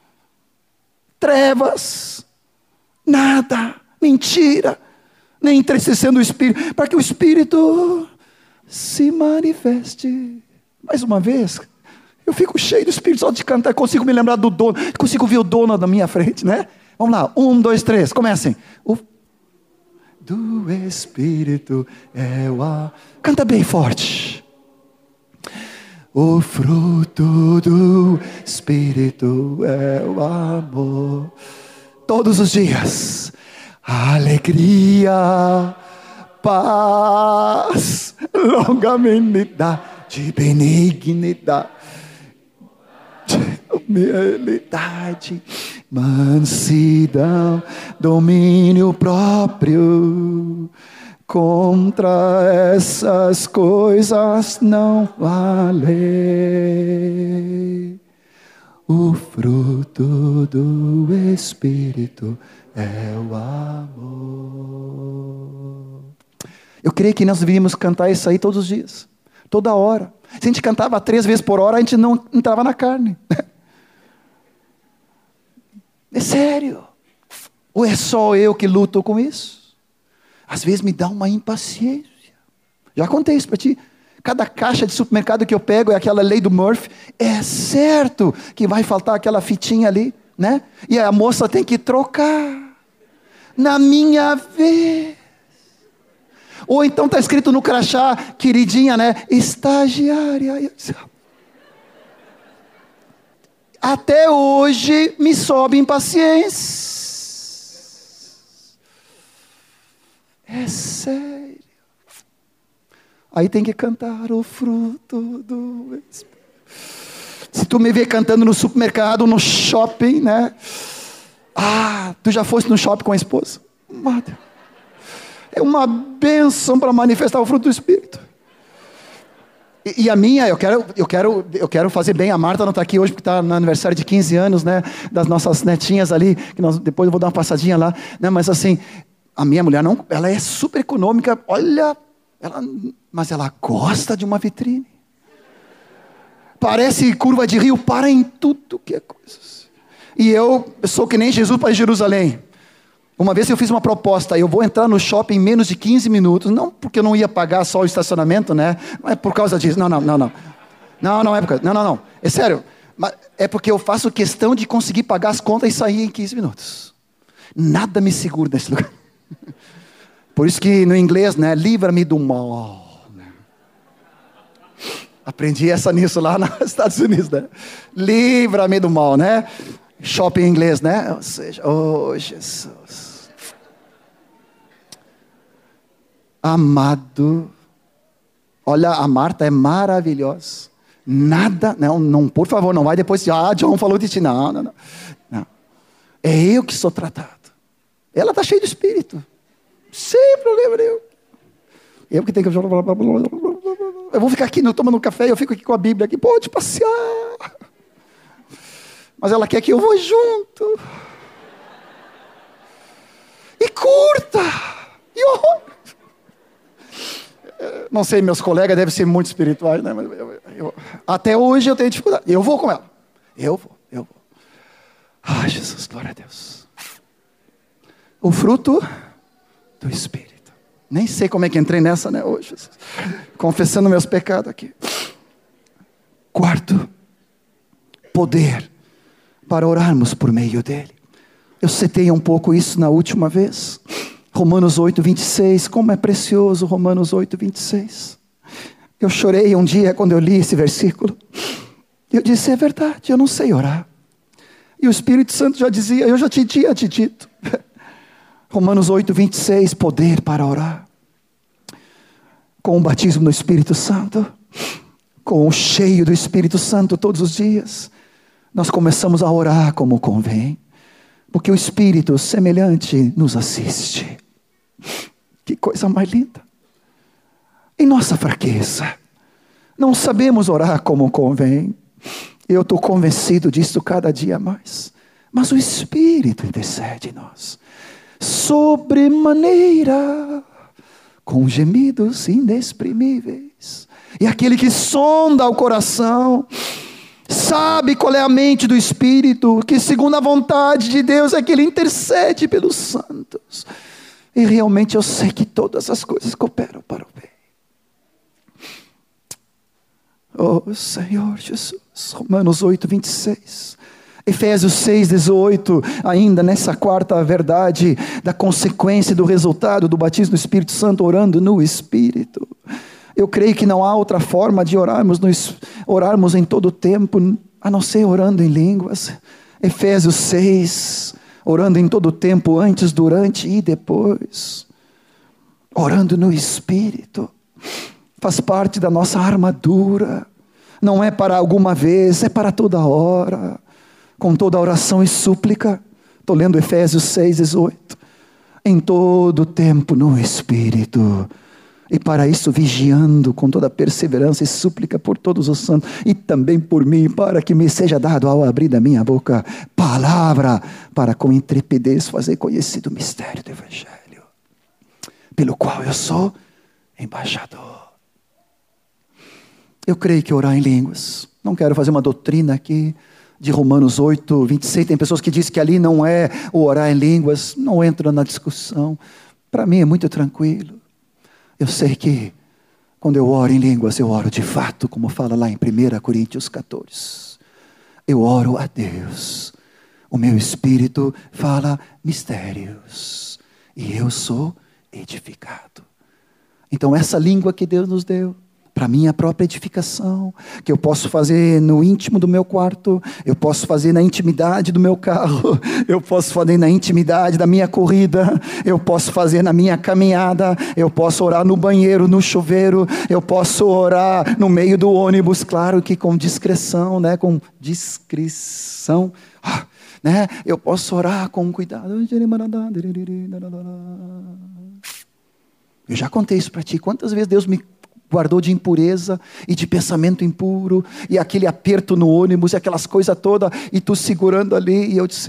trevas, nada, mentira, nem entristecendo o Espírito, para que o Espírito se manifeste. Mais uma vez, eu fico cheio do Espírito só de cantar, consigo me lembrar do dono, consigo ver o dono na minha frente, né? Vamos lá, 1, 2, 3, comecem. O do Espírito é o amor. Canta bem forte. O fruto do Espírito é o amor. Todos os dias, alegria, paz, longanimidade, benignidade, humildade, mansidão, domínio próprio. Contra essas coisas não há lei. O fruto do Espírito é o amor. Eu creio que nós deveríamos cantar isso aí todos os dias, toda hora. Se a gente cantava 3 vezes por hora, a gente não entrava na carne. É sério. Ou é só eu que luto com isso? Às vezes me dá uma impaciência. Já contei isso para ti. Cada caixa de supermercado que eu pego é aquela lei do Murphy. É certo que vai faltar aquela fitinha ali, né? E a moça tem que trocar. Na minha vez. Ou então está escrito no crachá, queridinha, né? Estagiária. Até hoje me sobe impaciência. É sério. Aí tem que cantar o fruto do Espírito. Se tu me vê cantando no supermercado, no shopping, né? Tu já foste no shopping com a esposa? É uma bênção para manifestar o fruto do Espírito. E a minha, eu quero fazer bem. A Marta não está aqui hoje porque está no aniversário de 15 anos, né? Das nossas netinhas ali, que depois eu vou dar uma passadinha lá, né? Mas assim, a minha mulher não, ela é super econômica, olha, mas ela gosta de uma vitrine. Parece curva de rio, para em tudo que é coisas. E eu sou que nem Jesus para Jerusalém. Uma vez eu fiz uma proposta, eu vou entrar no shopping em menos de 15 minutos, não porque eu não ia pagar só o estacionamento, né? Não é por causa disso, não é por causa, não, é sério. Mas é porque eu faço questão de conseguir pagar as contas e sair em 15 minutos. Nada me segura nesse lugar. Por isso que no inglês, né? Livra-me do mal. Né? Aprendi nisso lá nos Estados Unidos, né? Livra-me do mal, né? Shopping em inglês, né? Ou seja, Jesus. Amado. Olha, a Marta é maravilhosa. Nada, não, por favor, não vai depois, John falou de ti. Não. É eu que sou tratado. Ela está cheia de espírito. Sem problema nenhum. Eu que tenho que... Eu vou ficar aqui tomando um café, eu fico aqui com a Bíblia aqui. Pode passear. Mas ela quer que eu vou junto. E curta. Não sei, meus colegas devem ser muito espirituais, né? Mas até hoje eu tenho dificuldade. Eu vou com ela. Eu vou. Ai, Jesus, glória a Deus. O fruto do Espírito. Nem sei como é que entrei nessa, né, hoje. Jesus. Confessando meus pecados aqui. 4, poder para orarmos por meio dele. Eu citei um pouco isso na última vez. Romanos 8, 26, como é precioso Romanos 8, 26. Eu chorei um dia quando eu li esse versículo. Eu disse, é verdade, eu não sei orar. E o Espírito Santo já dizia, eu já tinha te dito. Romanos 8, 26, poder para orar. Com o batismo no Espírito Santo, com o cheio do Espírito Santo todos os dias, nós começamos a orar como convém, porque o Espírito semelhante nos assiste. Que coisa mais linda. Em nossa fraqueza, não sabemos orar como convém. Eu estou convencido disso cada dia mais. Mas o Espírito intercede em nós, sobremaneira, com gemidos inexprimíveis. E aquele que sonda o coração, sabe qual é a mente do Espírito, que segundo a vontade de Deus é que Ele intercede pelos santos. E realmente eu sei que todas as coisas cooperam para o bem. Oh Senhor Jesus, Romanos 8, 26. Efésios 6, 18, ainda nessa quarta verdade da consequência do resultado do batismo do Espírito Santo, orando no Espírito. Eu creio que não há outra forma de orarmos em todo o tempo, a não ser orando em línguas. Efésios 6, orando em todo o tempo, antes, durante e depois. Orando no Espírito. Faz parte da nossa armadura. Não é para alguma vez, é para toda hora. Com toda oração e súplica. Estou lendo Efésios 6, 18. Em todo o tempo no Espírito. E para isso vigiando com toda perseverança e súplica por todos os santos. E também por mim, para que me seja dado ao abrir da minha boca palavra. Para com intrepidez fazer conhecido o mistério do Evangelho. Pelo qual eu sou embaixador. Eu creio que orar em línguas. Não quero fazer uma doutrina aqui de Romanos 8, 26. Tem pessoas que dizem que ali não é o orar em línguas. Não entro na discussão. Para mim é muito tranquilo. Eu sei que quando eu oro em línguas, eu oro de fato, como fala lá em 1 Coríntios 14. Eu oro a Deus. O meu espírito fala mistérios. E eu sou edificado. Então essa língua que Deus nos deu, para minha própria edificação, que eu posso fazer no íntimo do meu quarto, eu posso fazer na intimidade do meu carro, eu posso fazer na intimidade da minha corrida, eu posso fazer na minha caminhada, eu posso orar no banheiro, no chuveiro, eu posso orar no meio do ônibus, claro que com discrição, né? Com discrição, né? Eu posso orar com cuidado. Eu já contei isso para ti, quantas vezes Deus me guardou de impureza e de pensamento impuro, e aquele aperto no ônibus, e aquelas coisas todas, e tu segurando ali, e eu disse,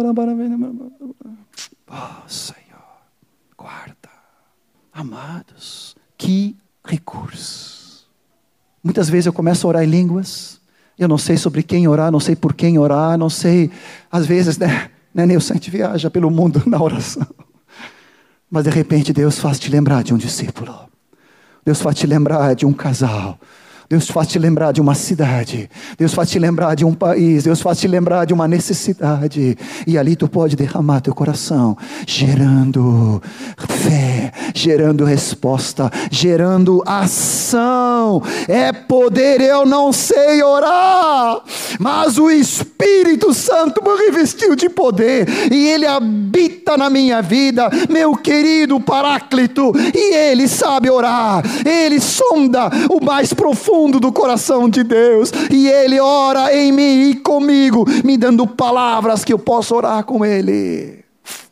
oh Senhor, guarda, amados, que recurso. Muitas vezes eu começo a orar em línguas, eu não sei sobre quem orar, não sei por quem orar, não sei, às vezes, né, Nilson, a gente viaja pelo mundo na oração, mas de repente Deus faz te lembrar de um discípulo. Deus faz te lembrar de um casal. Deus faz te lembrar de uma cidade. Deus faz te lembrar de um país. Deus faz te lembrar de uma necessidade. E ali tu pode derramar teu coração, gerando fé, gerando resposta, gerando ação. É poder, eu não sei orar, mas o Espírito Santo me revestiu de poder. E Ele habita na minha vida, meu querido Paráclito. E Ele sabe orar. Ele sonda o mais profundo do coração de Deus, e Ele ora em mim e comigo, me dando palavras que eu posso orar com Ele.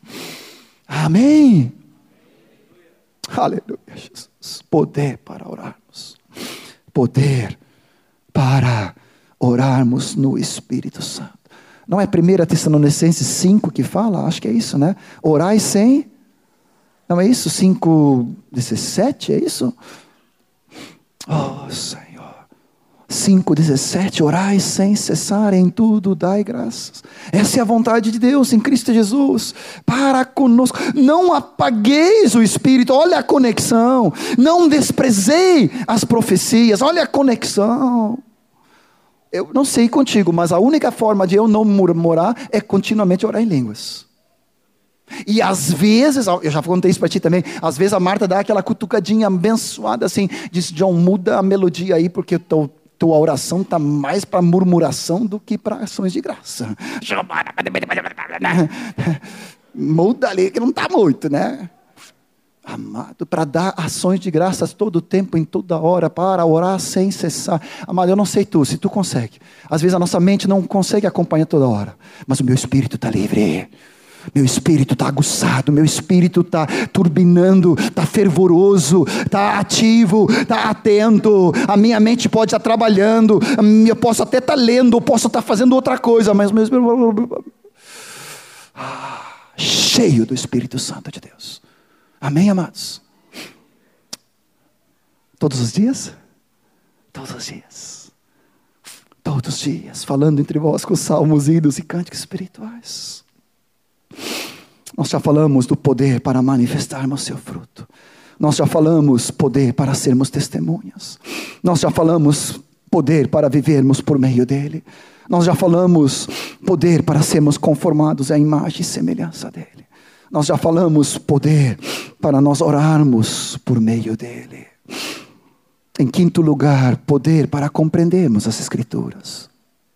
Amém? Aleluia, Jesus. Poder para orarmos, poder para orarmos no Espírito Santo. Não é 1 Tessalonicenses 5 que fala? Acho que é isso, né? Orai sem, não é isso? 5:17, é isso? Oh Senhor, 5:17, orai sem cessar, em tudo dai graças. Essa é a vontade de Deus em Cristo Jesus, para conosco. Não apagueis o Espírito, olha a conexão. Não desprezei as profecias, olha a conexão. Eu não sei contigo, mas a única forma de eu não murmurar é continuamente orar em línguas. E às vezes, eu já contei isso para ti também, às vezes a Marta dá aquela cutucadinha abençoada assim, diz: John, muda a melodia aí, porque tua oração está mais para murmuração do que para ações de graça. Muda ali, que não está muito, né? Amado, para dar ações de graças todo o tempo, em toda hora, para orar sem cessar. Amado, eu não sei tu, se tu consegue. Às vezes a nossa mente não consegue acompanhar toda hora, mas o meu espírito está livre. Meu espírito está aguçado, meu espírito está turbinando, está fervoroso, está ativo, está atento. A minha mente pode estar trabalhando, eu posso até estar lendo, eu posso estar fazendo outra coisa, mas meu espírito... cheio do Espírito Santo de Deus. Amém, amados? Todos os dias? Todos os dias. Todos os dias, falando entre vós com salmos, hinos e cânticos espirituais. Nós já falamos do poder para manifestarmos seu fruto. Nós já falamos poder para sermos testemunhas. Nós já falamos poder para vivermos por meio dele. Nós já falamos poder para sermos conformados à imagem e semelhança dele. Nós já falamos poder para nós orarmos por meio dele. Em quinto lugar, poder para compreendermos as Escrituras.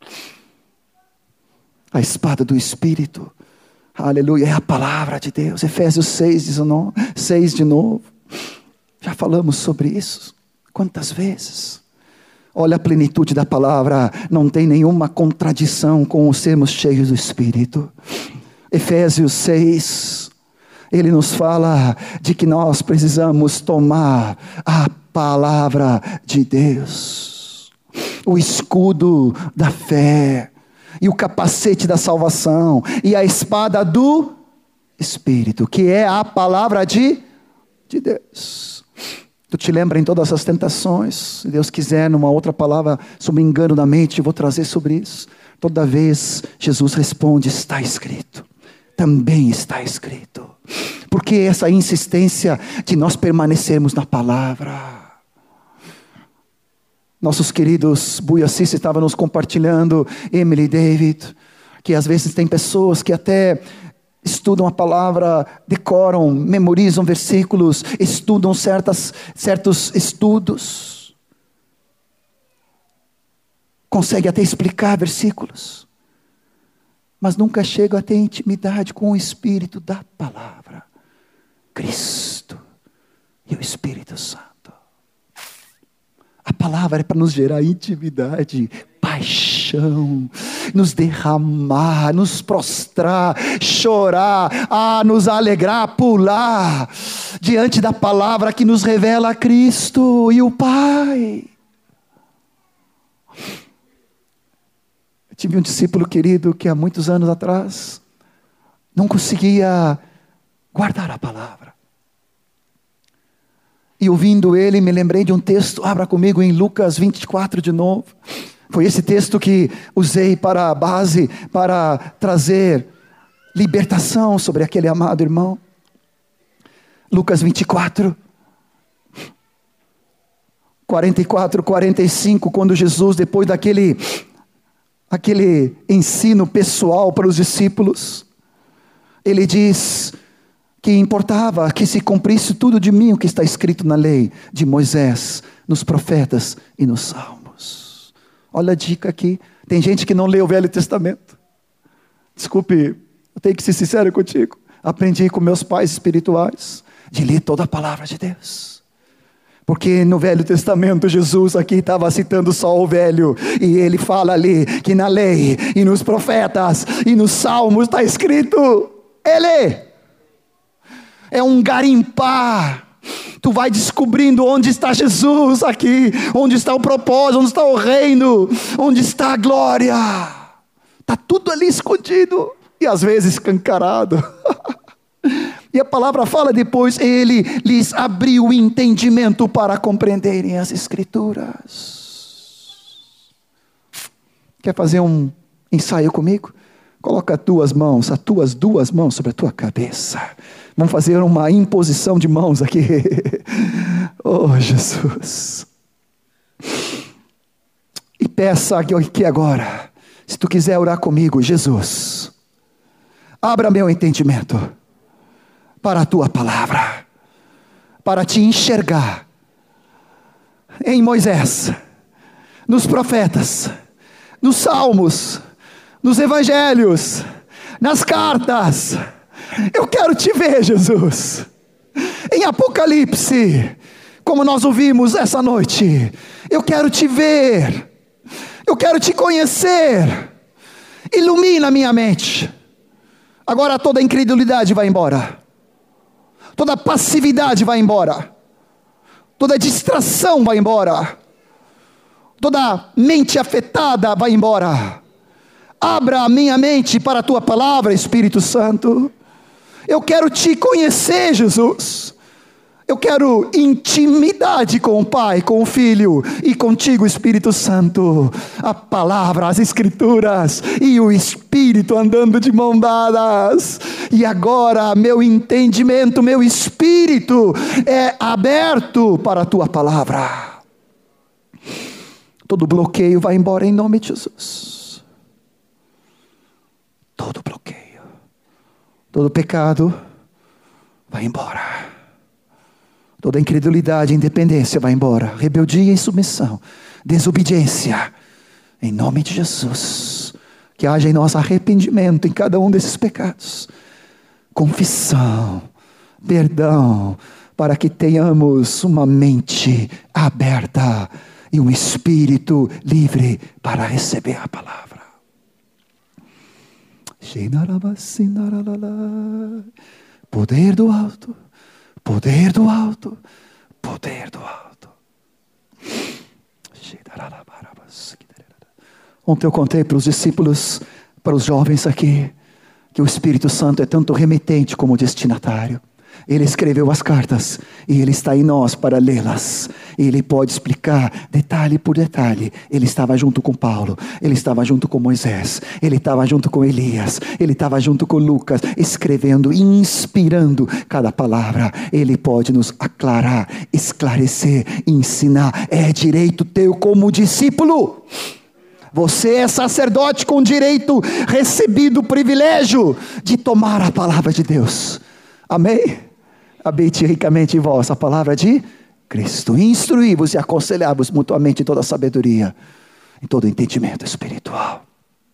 A espada do Espírito, aleluia, é a palavra de Deus. Efésios 6 de novo. Já falamos sobre isso. Quantas vezes? Olha a plenitude da palavra. Não tem nenhuma contradição com o sermos cheios do Espírito. Efésios 6, ele nos fala de que nós precisamos tomar a palavra de Deus, o escudo da fé, e o capacete da salvação, e a espada do Espírito, que é a palavra de Deus. Tu te lembra em todas as tentações? Se Deus quiser, numa outra palavra sobre engano da mente, eu vou trazer sobre isso. Toda vez Jesus responde: está escrito. Também está escrito. Porque essa insistência de nós permanecermos na palavra. Nossos queridos Buiacis estavam nos compartilhando, Emily e David, que às vezes tem pessoas que até estudam a palavra, decoram, memorizam versículos, estudam certos estudos, conseguem até explicar versículos, mas nunca chegam a ter intimidade com o Espírito da palavra, Cristo e o Espírito Santo. A palavra é para nos gerar intimidade, paixão, nos derramar, nos prostrar, chorar, nos alegrar, pular, diante da palavra que nos revela a Cristo e o Pai. Eu tive um discípulo querido que há muitos anos atrás não conseguia guardar a palavra. E ouvindo ele, me lembrei de um texto, abra comigo em Lucas 24 de novo. Foi esse texto que usei para a base, para trazer libertação sobre aquele amado irmão. Lucas 24, 44, 45, quando Jesus, depois daquele ensino pessoal para os discípulos, ele diz que importava que se cumprisse tudo de mim o que está escrito na lei de Moisés, nos profetas e nos salmos. Olha a dica aqui. Tem gente que não lê o Velho Testamento. Desculpe, eu tenho que ser sincero contigo. Aprendi com meus pais espirituais de ler toda a palavra de Deus. Porque no Velho Testamento, Jesus aqui estava citando só o Velho. E ele fala ali que na lei e nos profetas e nos salmos está escrito Ele. É um garimpar. Tu vai descobrindo onde está Jesus aqui, onde está o propósito, onde está o reino, onde está a glória. Está tudo ali escondido e às vezes escancarado. E a palavra fala depois, ele lhes abriu o entendimento para compreenderem as Escrituras. Quer fazer um ensaio comigo? Coloca as tuas duas mãos sobre a tua cabeça. Vamos fazer uma imposição de mãos aqui. Oh, Jesus. E peça aqui agora, se tu quiser orar comigo, Jesus, abra meu entendimento para a tua palavra, para te enxergar em Moisés, nos profetas, nos salmos, nos evangelhos, nas cartas. Eu quero te ver, Jesus, em Apocalipse, como nós ouvimos essa noite. Eu quero te ver, eu quero te conhecer. Ilumina a minha mente. Agora toda incredulidade vai embora, toda passividade vai embora, toda distração vai embora, toda mente afetada vai embora. Abra a minha mente para a tua palavra, Espírito Santo. Eu quero te conhecer, Jesus. Eu quero intimidade com o Pai, com o Filho e contigo, Espírito Santo. A palavra, as Escrituras e o Espírito andando de mão dadas. E agora meu entendimento, meu espírito é aberto para a tua palavra. Todo bloqueio vai embora em nome de Jesus. Todo bloqueio, todo pecado vai embora. Toda incredulidade, independência vai embora. Rebeldia e submissão, desobediência, em nome de Jesus. Que haja em nós arrependimento em cada um desses pecados, confissão, perdão, para que tenhamos uma mente aberta e um espírito livre para receber a palavra. Poder do alto, poder do alto, poder do alto. Ontem eu contei para os discípulos, para os jovens aqui, que o Espírito Santo é tanto remetente como destinatário. Ele escreveu as cartas e Ele está em nós para lê-las. Ele pode explicar detalhe por detalhe. Ele estava junto com Paulo, Ele estava junto com Moisés, Ele estava junto com Elias, Ele estava junto com Lucas, escrevendo e inspirando cada palavra. Ele pode nos aclarar, esclarecer, ensinar. É direito teu como discípulo. Você é sacerdote com direito recebido, o privilégio de tomar a palavra de Deus. Amém? Habite ricamente em vós a palavra de Cristo. Instruí-vos e aconselhai-vos mutuamente em toda a sabedoria, em todo o entendimento espiritual.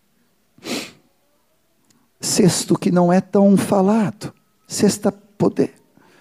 Sexto, que não é tão falado. Sexto poder.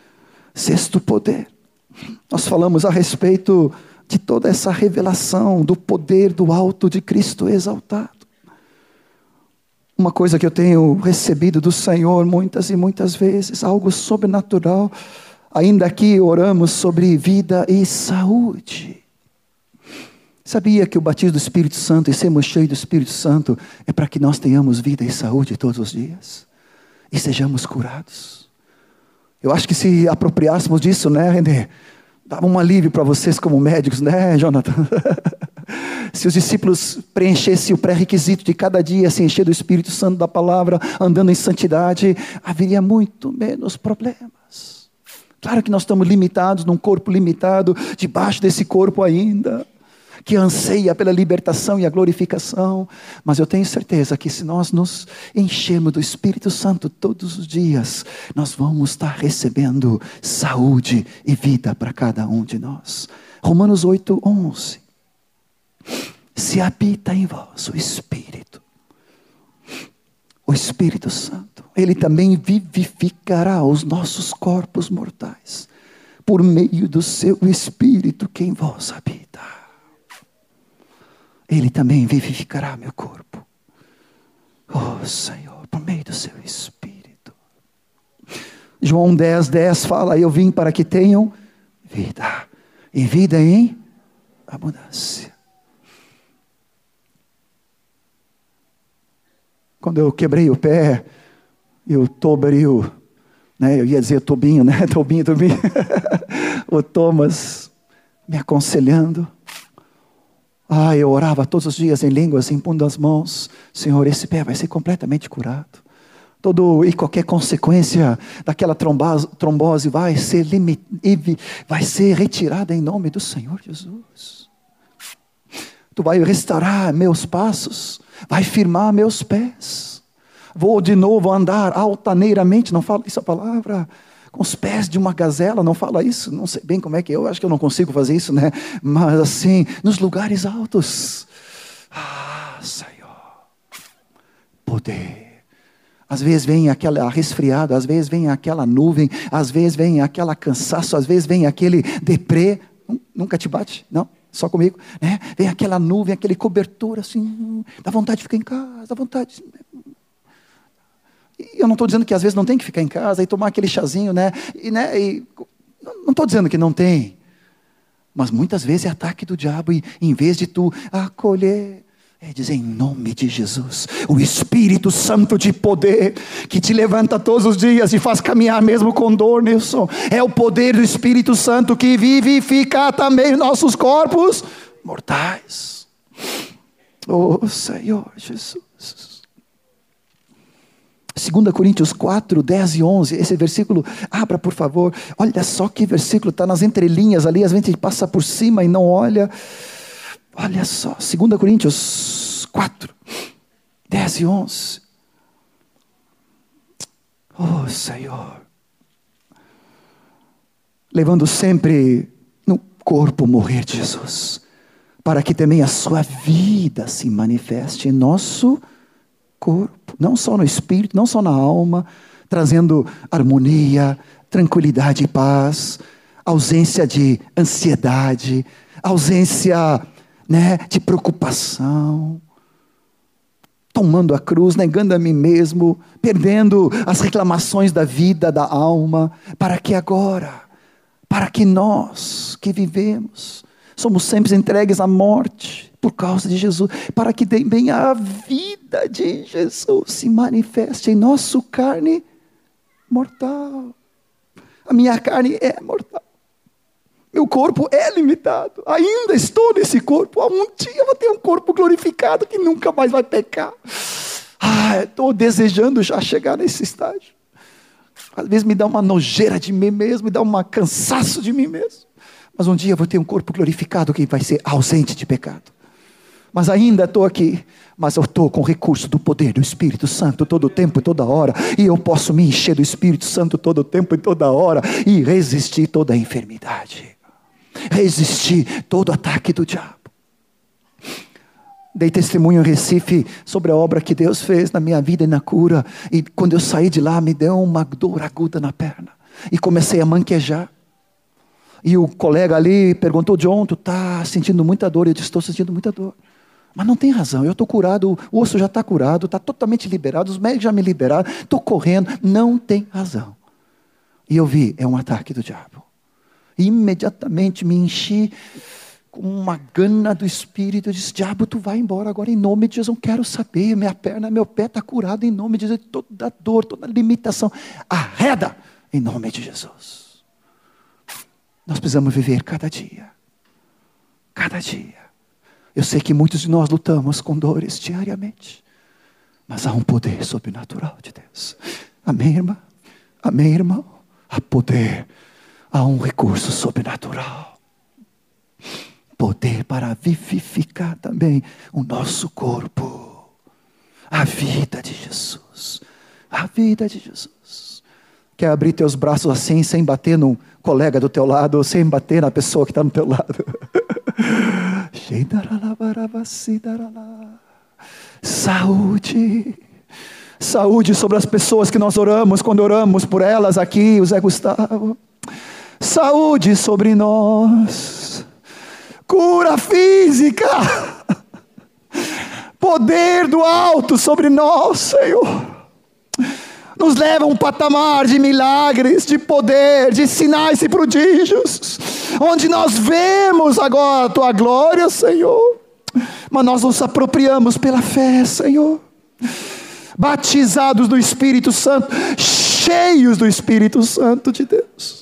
Nós falamos a respeito de toda essa revelação do poder do alto de Cristo exaltado. Uma coisa que eu tenho recebido do Senhor muitas e muitas vezes, algo sobrenatural. Ainda aqui oramos sobre vida e saúde. Sabia que o batismo do Espírito Santo e sermos cheios do Espírito Santo é para que nós tenhamos vida e saúde todos os dias e sejamos curados? Eu acho que se apropriássemos disso, né, René? Dava um alívio para vocês como médicos, né, Jonathan? Se os discípulos preenchessem o pré-requisito de cada dia, se encher do Espírito Santo da palavra, andando em santidade, haveria muito menos problemas. Claro que nós estamos limitados, num corpo limitado, debaixo desse corpo ainda, que anseia pela libertação e a glorificação. Mas eu tenho certeza que se nós nos enchermos do Espírito Santo todos os dias, nós vamos estar recebendo saúde e vida para cada um de nós. Romanos 8:11. Se habita em vós o Espírito Santo, Ele também vivificará os nossos corpos mortais, por meio do seu Espírito que em vós habita. Ele também vivificará meu corpo. Oh Senhor, por meio do seu Espírito. João 10:10 fala: eu vim para que tenham vida, e vida em abundância. Quando eu quebrei o pé, e o Tobril, né, eu ia dizer Tobinho, né, Tobinho, o Thomas me aconselhando. Eu orava todos os dias em línguas, impondo as mãos. Senhor, esse pé vai ser completamente curado. E qualquer consequência daquela trombose vai ser retirada em nome do Senhor Jesus. Tu vai restaurar meus passos, vai firmar meus pés. Vou de novo andar altaneiramente, não fala isso a palavra. com os pés de uma gazela, não fala isso, não sei bem como é que eu acho que eu não consigo fazer isso, né? Mas assim, nos lugares altos. Senhor, poder. Às vezes vem aquela resfriado, às vezes vem aquela nuvem, às vezes vem aquela cansaço, às vezes vem aquele deprê. Nunca te bate? Não? Só comigo? Né? Vem aquela nuvem, aquele cobertor assim, dá vontade de ficar em casa, dá vontade. E eu não estou dizendo que às vezes não tem que ficar em casa e tomar aquele chazinho, né? Não estou dizendo que não tem. Mas muitas vezes é ataque do diabo e em vez de tu acolher, dizer em nome de Jesus, o Espírito Santo de poder, que te levanta todos os dias e faz caminhar mesmo com dor, Nilson. É o poder do Espírito Santo que vivifica também nossos corpos mortais. Oh Senhor Jesus. 2 Coríntios 4, 10 e 11, esse versículo, abra por favor, olha só que versículo, está nas entrelinhas ali, a gente passa por cima e não olha. Olha só, 2 Coríntios 4, 10 e 11. Oh Senhor, levando sempre no corpo morrer de Jesus, para que também a sua vida se manifeste em nosso corpo, não só no espírito, não só na alma, trazendo harmonia, tranquilidade e paz, ausência de ansiedade, ausência, né, de preocupação, tomando a cruz, negando a mim mesmo, perdendo as reclamações da vida, da alma, para que nós que vivemos, somos sempre entregues à morte, por causa de Jesus, para que também a vida de Jesus se manifeste em nossa carne mortal. A minha carne é mortal. Meu corpo é limitado. Ainda estou nesse corpo. Um dia eu vou ter um corpo glorificado que nunca mais vai pecar. Estou desejando já chegar nesse estágio. Às vezes me dá uma nojeira de mim mesmo, me dá um cansaço de mim mesmo. Mas um dia eu vou ter um corpo glorificado que vai ser ausente de pecado. Mas ainda estou aqui, mas eu estou com o recurso do poder do Espírito Santo todo o tempo e toda hora, e eu posso me encher do Espírito Santo todo o tempo e toda hora, e resistir toda a enfermidade, resistir todo ataque do diabo. Dei testemunho em Recife sobre a obra que Deus fez na minha vida e na cura, e quando eu saí de lá me deu uma dor aguda na perna, e comecei a manquejar. E o colega ali perguntou: John, tu está sentindo muita dor? Eu disse: estou sentindo muita dor. Mas não tem razão, eu estou curado, o osso já está curado, está totalmente liberado, os médicos já me liberaram, estou correndo, não tem razão. E eu vi, é um ataque do diabo. E imediatamente me enchi com uma gana do Espírito, eu disse: diabo, tu vai embora agora em nome de Jesus, não quero saber, minha perna, meu pé está curado em nome de Jesus, toda dor, toda limitação, arreda em nome de Jesus. Nós precisamos viver cada dia. Cada dia. Eu sei que muitos de nós lutamos com dores diariamente. Mas há um poder sobrenatural de Deus. Amém, irmã? Amém, irmão? Há poder. Há um recurso sobrenatural. Poder para vivificar também o nosso corpo. A vida de Jesus. A vida de Jesus. Quer abrir teus braços assim, sem bater no colega do teu lado, ou sem bater na pessoa que está do teu lado. Saúde. Saúde sobre as pessoas que nós oramos, quando oramos por elas aqui, o Zé Gustavo. Saúde sobre nós. Cura física. Poder do alto sobre nós, Senhor. Nos leva a um patamar de milagres, de poder, de sinais e prodígios, onde nós vemos agora a Tua glória, Senhor, mas nós nos apropriamos pela fé, Senhor, batizados do Espírito Santo, cheios do Espírito Santo de Deus.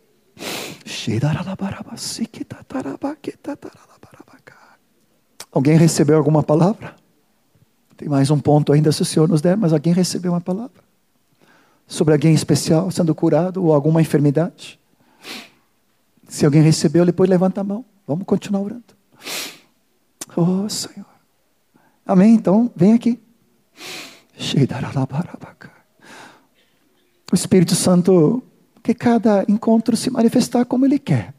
Alguém recebeu alguma palavra? Tem mais um ponto ainda se o Senhor nos der, mas alguém recebeu uma palavra? Sobre alguém especial sendo curado ou alguma enfermidade? Se alguém recebeu, depois levanta a mão. Vamos continuar orando. Oh Senhor. Amém? Então, vem aqui. O Espírito Santo que cada encontro se manifestar como Ele quer.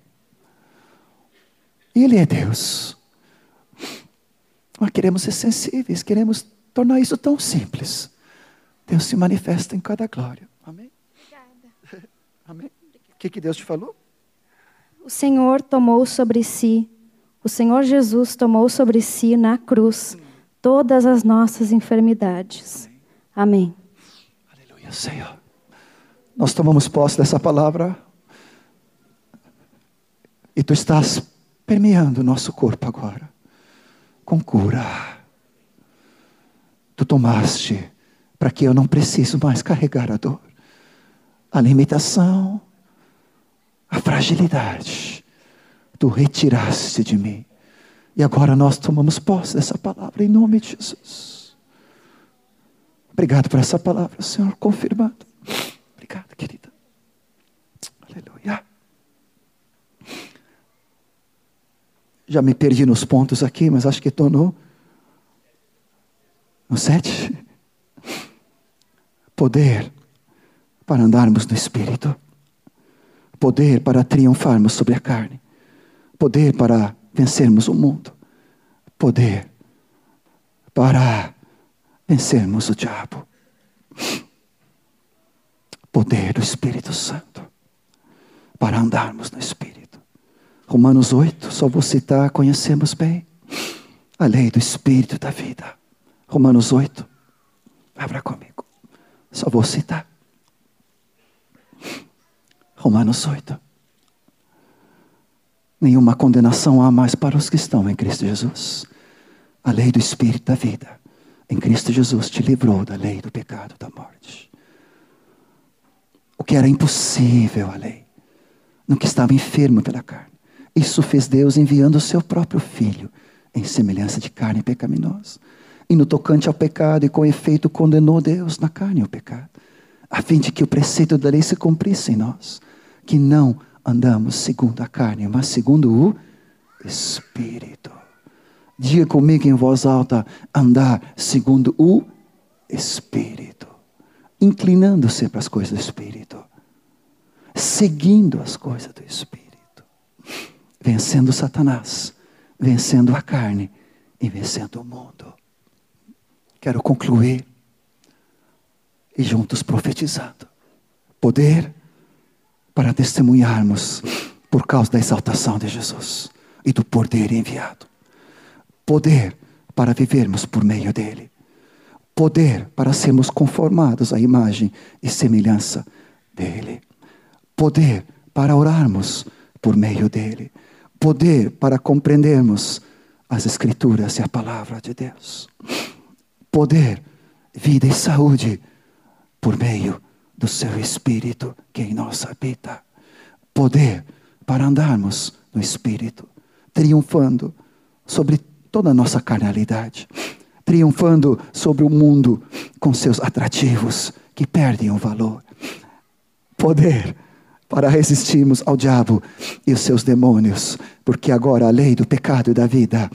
Ele é Deus. Nós queremos ser sensíveis, queremos tornar isso tão simples. Deus se manifesta em cada glória. Amém? Obrigada. Amém? O que Deus te falou? O Senhor Jesus tomou sobre si na cruz todas as nossas enfermidades. Amém. Aleluia, Senhor. Nós tomamos posse dessa palavra e Tu estás permeando o nosso corpo agora com cura. Tu tomaste para que eu não preciso mais carregar a dor, a limitação, a fragilidade. Tu retiraste de mim. E agora nós tomamos posse dessa palavra em nome de Jesus. Obrigado por essa palavra, Senhor, confirmando. Obrigado, querida. Aleluia. Já me perdi nos pontos aqui, mas acho que estou no 7. Poder para andarmos no Espírito. Poder para triunfarmos sobre a carne. Poder para vencermos o mundo. Poder para vencermos o diabo. Poder do Espírito Santo para andarmos no Espírito. Romanos 8, só vou citar, conhecemos bem. A lei do Espírito da vida. Romanos 8, abra comigo. Só vou citar. Romanos 8. Nenhuma condenação há mais para os que estão em Cristo Jesus. A lei do Espírito da vida em Cristo Jesus te livrou da lei do pecado e da morte. O que era impossível a lei, no que estava enfermo pela carne, isso fez Deus enviando o seu próprio Filho em semelhança de carne pecaminosa. E no tocante ao pecado, e com efeito condenou Deus na carne o pecado, a fim de que o preceito da lei se cumprisse em nós, que não andamos segundo a carne, mas segundo o Espírito. Diga comigo em voz alta: andar segundo o Espírito. Inclinando-se para as coisas do Espírito. Seguindo as coisas do Espírito. Vencendo Satanás, vencendo a carne e vencendo o mundo. Quero concluir e juntos profetizando. Poder para testemunharmos por causa da exaltação de Jesus e do poder enviado. Poder para vivermos por meio dele. Poder para sermos conformados à imagem e semelhança dele. Poder para orarmos por meio dele. Poder para compreendermos as Escrituras e a palavra de Deus. Poder, vida e saúde por meio do seu Espírito que em nós habita. Poder para andarmos no Espírito, triunfando sobre toda a nossa carnalidade, triunfando sobre o mundo com seus atrativos que perdem o valor. Poder para resistirmos ao diabo e os seus demônios, porque agora a lei do pecado e da vida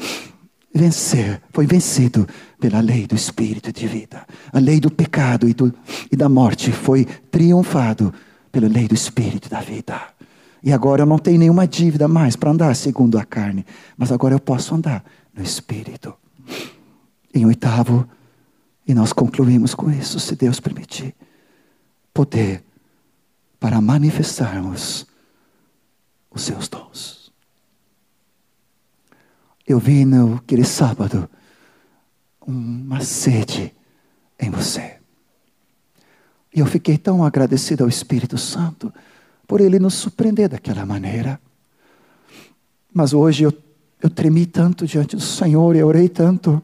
foi vencido pela lei do Espírito de vida. A lei do pecado e da morte foi triunfado pela lei do Espírito da vida. E agora eu não tenho nenhuma dívida mais para andar segundo a carne, mas agora eu posso andar no Espírito. Em 8º, e nós concluímos com isso, se Deus permitir, poder para manifestarmos os seus dons. Eu vi naquele sábado uma sede em você. E eu fiquei tão agradecido ao Espírito Santo por Ele nos surpreender daquela maneira. Mas hoje eu tremi tanto diante do Senhor e eu orei tanto,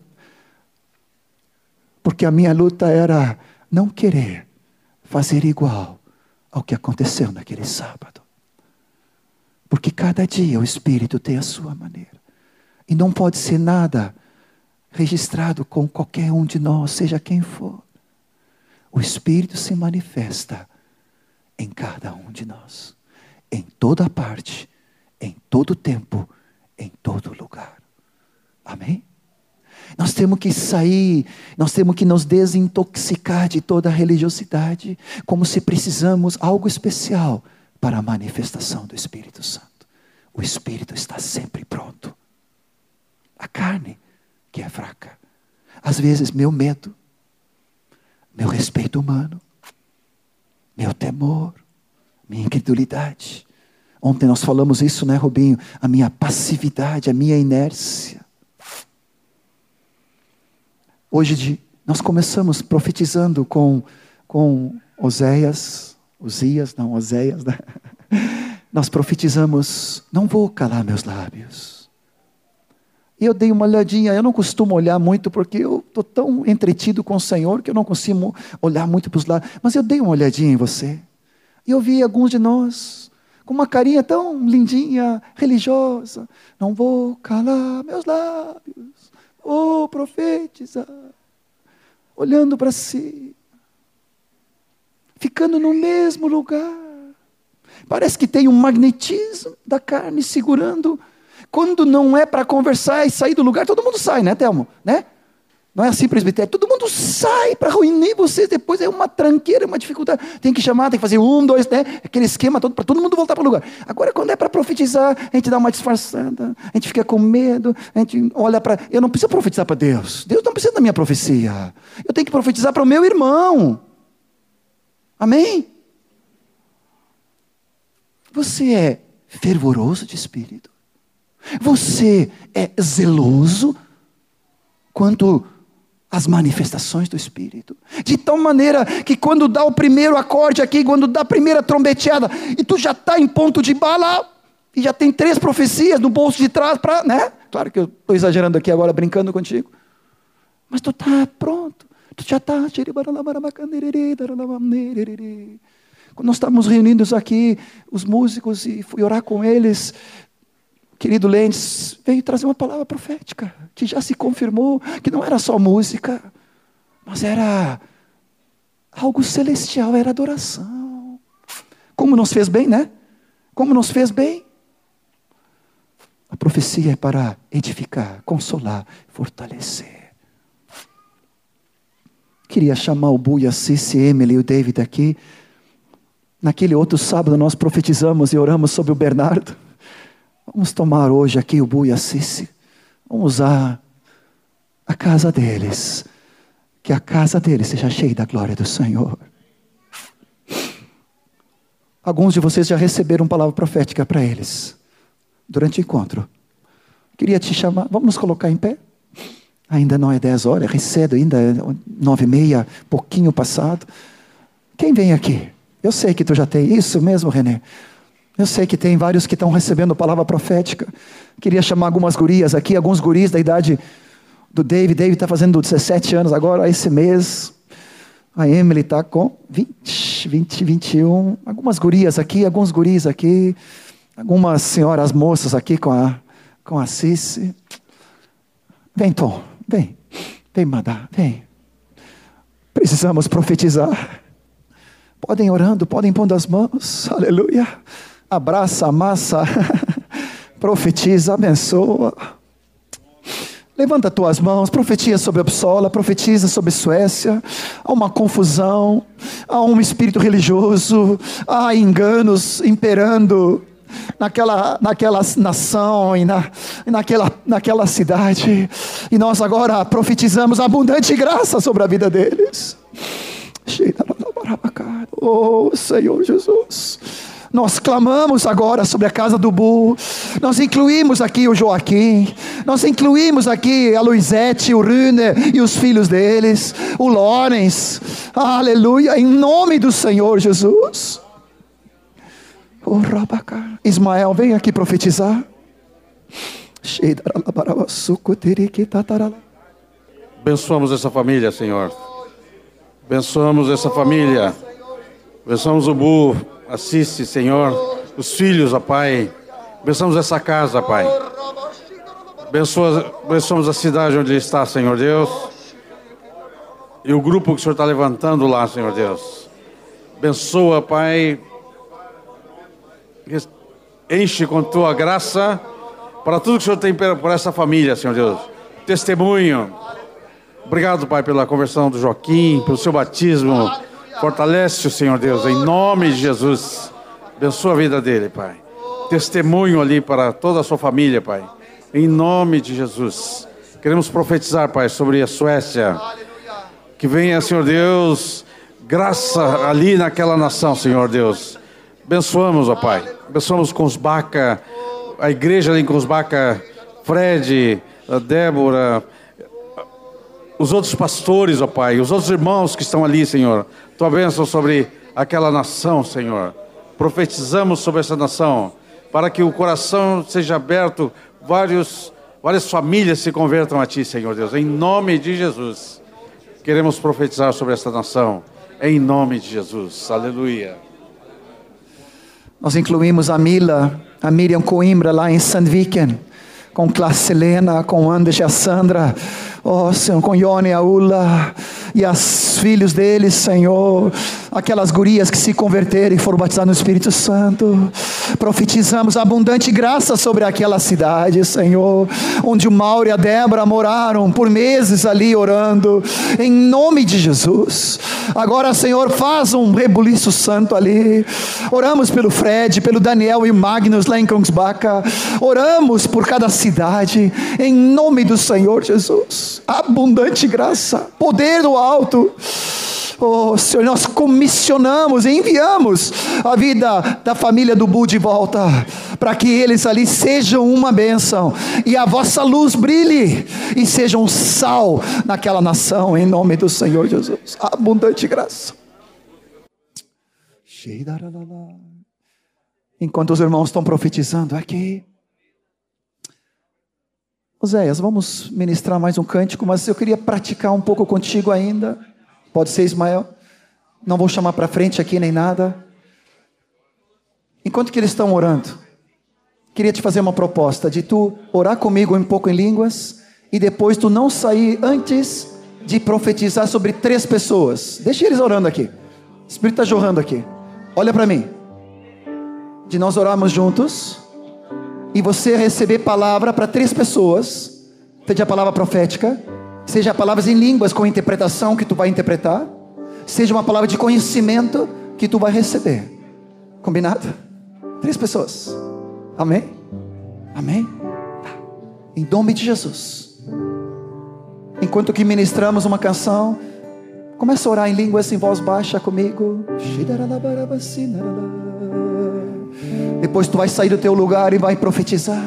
porque a minha luta era não querer fazer igual ao que aconteceu naquele sábado. Porque cada dia o Espírito tem a sua maneira. E não pode ser nada registrado com qualquer um de nós, seja quem for. O Espírito se manifesta em cada um de nós. Em toda parte, em todo tempo, em todo lugar. Amém? Nós temos que sair, nós temos que nos desintoxicar de toda a religiosidade, como se precisamos algo especial para a manifestação do Espírito Santo. O Espírito está sempre pronto. A carne que é fraca. Às vezes meu medo, meu respeito humano, meu temor, minha incredulidade. Ontem nós falamos isso, né, Robinho? A minha passividade, a minha inércia. Hoje nós começamos profetizando com Oséias, né? Nós profetizamos, não vou calar meus lábios. E eu dei uma olhadinha, eu não costumo olhar muito, porque eu estou tão entretido com o Senhor, que eu não consigo olhar muito para os lados. Mas eu dei uma olhadinha em você. E eu vi alguns de nós, com uma carinha tão lindinha, religiosa. Não vou calar meus lábios, vou profetizar. Olhando para si. Ficando no mesmo lugar. Parece que tem um magnetismo da carne segurando. Quando não é para conversar e sair do lugar, todo mundo sai, né, Telmo? Né? Não é assim, presbitério? Todo mundo sai para reunir vocês, depois é uma tranqueira, uma dificuldade. Tem que chamar, tem que fazer 1, 2, né? Aquele esquema todo, para todo mundo voltar para o lugar. Agora, quando é para profetizar, a gente dá uma disfarçada, a gente fica com medo, a gente olha para... Eu não preciso profetizar para Deus. Deus não precisa da minha profecia. Eu tenho que profetizar para o meu irmão. Amém? Você é fervoroso de espírito? Você é zeloso quanto às manifestações do Espírito? De tal maneira que quando dá o primeiro acorde aqui, quando dá a primeira trombeteada, e tu já está em ponto de bala, e já tem 3 profecias no bolso de trás, né? Claro que eu estou exagerando aqui agora, brincando contigo. Mas tu está pronto. Tu já está... Quando nós estávamos reunidos aqui, os músicos, e fui orar com eles... Querido Lentes, veio trazer uma palavra profética, que já se confirmou, que não era só música, mas era algo celestial, era adoração. Como nos fez bem, né? Como nos fez bem. A profecia é para edificar, consolar, fortalecer. Queria chamar o Bu e a Cici, Emily e o David aqui. Naquele outro sábado nós profetizamos e oramos sobre o Bernardo. Vamos tomar hoje aqui o Bu e a Cici. Vamos usar a casa deles. Que a casa deles seja cheia da glória do Senhor. Alguns de vocês já receberam palavra profética para eles. Durante o encontro. Queria te chamar. Vamos nos colocar em pé? Ainda não é 10 horas. É cedo ainda. É 9h30. Pouquinho passado. Quem vem aqui? Eu sei que tu já tem. Isso mesmo, René. Eu sei que tem vários que estão recebendo palavra profética. Queria chamar algumas gurias aqui, alguns guris da idade do David. David está fazendo 17 anos agora, esse mês. A Emily está com 20, 21. Algumas gurias aqui, alguns guris aqui. Algumas senhoras moças aqui com a Cici. Vem, Tom, vem. Vem, Madá, vem. Precisamos profetizar. Podem ir orando, podem pondo as mãos. Aleluia. Abraça, amassa, profetiza, abençoa. Levanta tuas mãos, profetiza sobre Uppsala, profetiza sobre Suécia. Há uma confusão, há um espírito religioso, há enganos imperando naquela nação e naquela cidade. E nós agora profetizamos abundante graça sobre a vida deles. Oh, Senhor Jesus. Nós clamamos agora sobre a casa do Bu. Nós incluímos aqui o Joaquim. Nós incluímos aqui a Luizete, o Rune e os filhos deles. O Lawrence. Aleluia. Em nome do Senhor Jesus. Oh, Ismael, vem aqui profetizar. Abençoamos essa família, Senhor. Abençoamos essa família. Abençoamos o Bu. Assiste, Senhor, os filhos, ó Pai. Abençoamos essa casa, Pai. Abençoamos a cidade onde ele está, Senhor Deus. E o grupo que o Senhor está levantando lá, Senhor Deus. Abençoa, Pai. Enche com tua graça para tudo que o Senhor tem por essa família, Senhor Deus. Testemunho. Obrigado, Pai, pela conversão do Joaquim, pelo seu batismo. Fortalece o Senhor Deus, em nome de Jesus. Abençoa a vida dele, Pai. Testemunho ali para toda a sua família, Pai. Em nome de Jesus. Queremos profetizar, Pai, sobre a Suécia. Que venha, Senhor Deus, graça ali naquela nação, Senhor Deus. Abençoamos, ó Pai. Abençoamos Kungsbacka, a igreja ali em Kungsbacka, Fred, a Débora, os outros pastores, ó Pai, os outros irmãos que estão ali, Senhor. Tua bênção sobre aquela nação, Senhor. Profetizamos sobre essa nação, para que o coração seja aberto, várias famílias se convertam a Ti, Senhor Deus. Em nome de Jesus, queremos profetizar sobre essa nação. Em nome de Jesus. Aleluia. Nós incluímos a Miriam Coimbra lá em Sandviken, com Classe Helena, com Anders e a Sandra, Senhor, com Ione e a Ula, e os filhos deles, Senhor, aquelas gurias que se converteram e foram batizadas no Espírito Santo. Profetizamos abundante graça sobre aquela cidade, Senhor, onde o Mauro e a Débora moraram por meses ali orando, em nome de Jesus. Agora, Senhor, faz um rebuliço santo ali. Oramos pelo Fred, pelo Daniel e o Magnus lá em Kungsbacka. Oramos por cada cidade, em nome do Senhor Jesus. Abundante graça, poder do alto. Senhor, nós comissionamos e enviamos a vida da família do Bu de volta, para que eles ali sejam uma bênção, e a vossa luz brilhe, e sejam sal naquela nação, em nome do Senhor Jesus. Abundante graça. Enquanto os irmãos estão profetizando aqui, Oséias, vamos ministrar mais um cântico, mas eu queria praticar um pouco contigo ainda. Pode ser, Ismael? Não vou chamar para frente aqui nem nada. Enquanto que eles estão orando, queria te fazer uma proposta de tu orar comigo um pouco em línguas, e depois tu não sair antes de profetizar sobre 3 pessoas. Deixa eles orando aqui. O Espírito está jorrando aqui. Olha para mim. De nós orarmos juntos, e você receber palavra para 3 pessoas, seja a palavra profética, seja palavras em línguas com interpretação que tu vai interpretar, seja uma palavra de conhecimento que tu vai receber. Combinado? 3 pessoas. Amém? Amém? Tá. Em nome de Jesus. Enquanto que ministramos uma canção, começa a orar em línguas em voz baixa comigo. Depois tu vai sair do teu lugar e vai profetizar.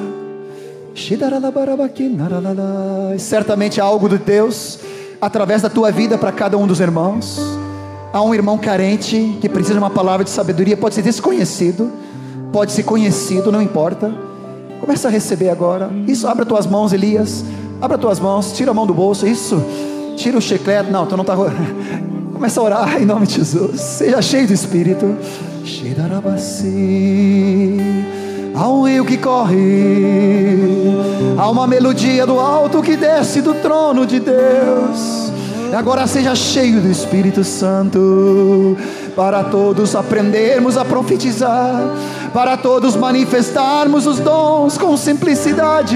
Certamente há algo de Deus através da tua vida para cada um dos irmãos. Há um irmão carente que precisa de uma palavra de sabedoria. Pode ser desconhecido, pode ser conhecido, não importa. Começa a receber agora. Isso, abra tuas mãos, Elias. Abra tuas mãos, tira a mão do bolso. Isso, tira o chiclete. Não, tu não está. Começa a orar em nome de Jesus. Seja cheio do Espírito. Há um rio que corre, há uma melodia do alto que desce do trono de Deus. E agora seja cheio do Espírito Santo, para todos aprendermos a profetizar, para todos manifestarmos os dons com simplicidade.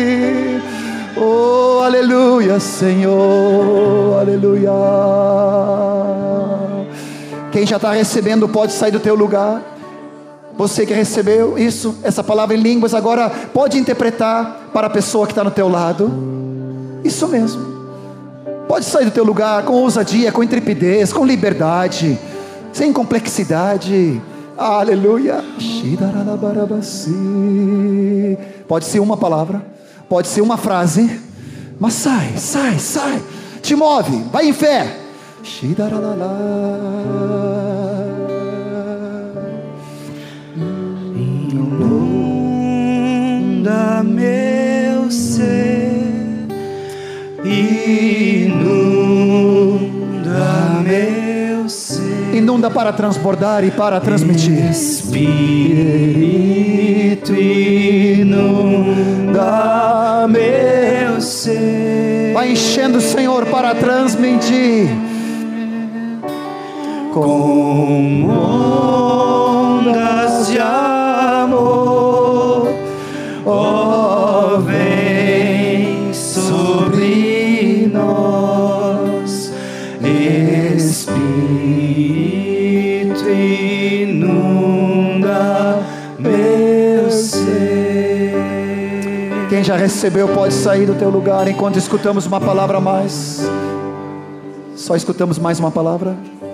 Oh, aleluia, Senhor, aleluia. Quem já está recebendo pode sair do teu lugar. Você que recebeu isso, essa palavra em línguas, agora pode interpretar para a pessoa que está no teu lado. Isso mesmo. Pode sair do teu lugar com ousadia, com intrepidez, com liberdade, sem complexidade. Aleluia. Pode ser uma palavra, pode ser uma frase, mas sai. Te move, vai em fé. Inunda meu ser, inunda meu ser. Inunda para transbordar e para transmitir. Espírito, inunda meu ser. Vai enchendo, Senhor, para transmitir. Com ondas de amor, oh, vem sobre nós, Espírito, inunda Quem já recebeu pode sair do teu lugar enquanto escutamos uma palavra a mais. Só escutamos mais uma palavra.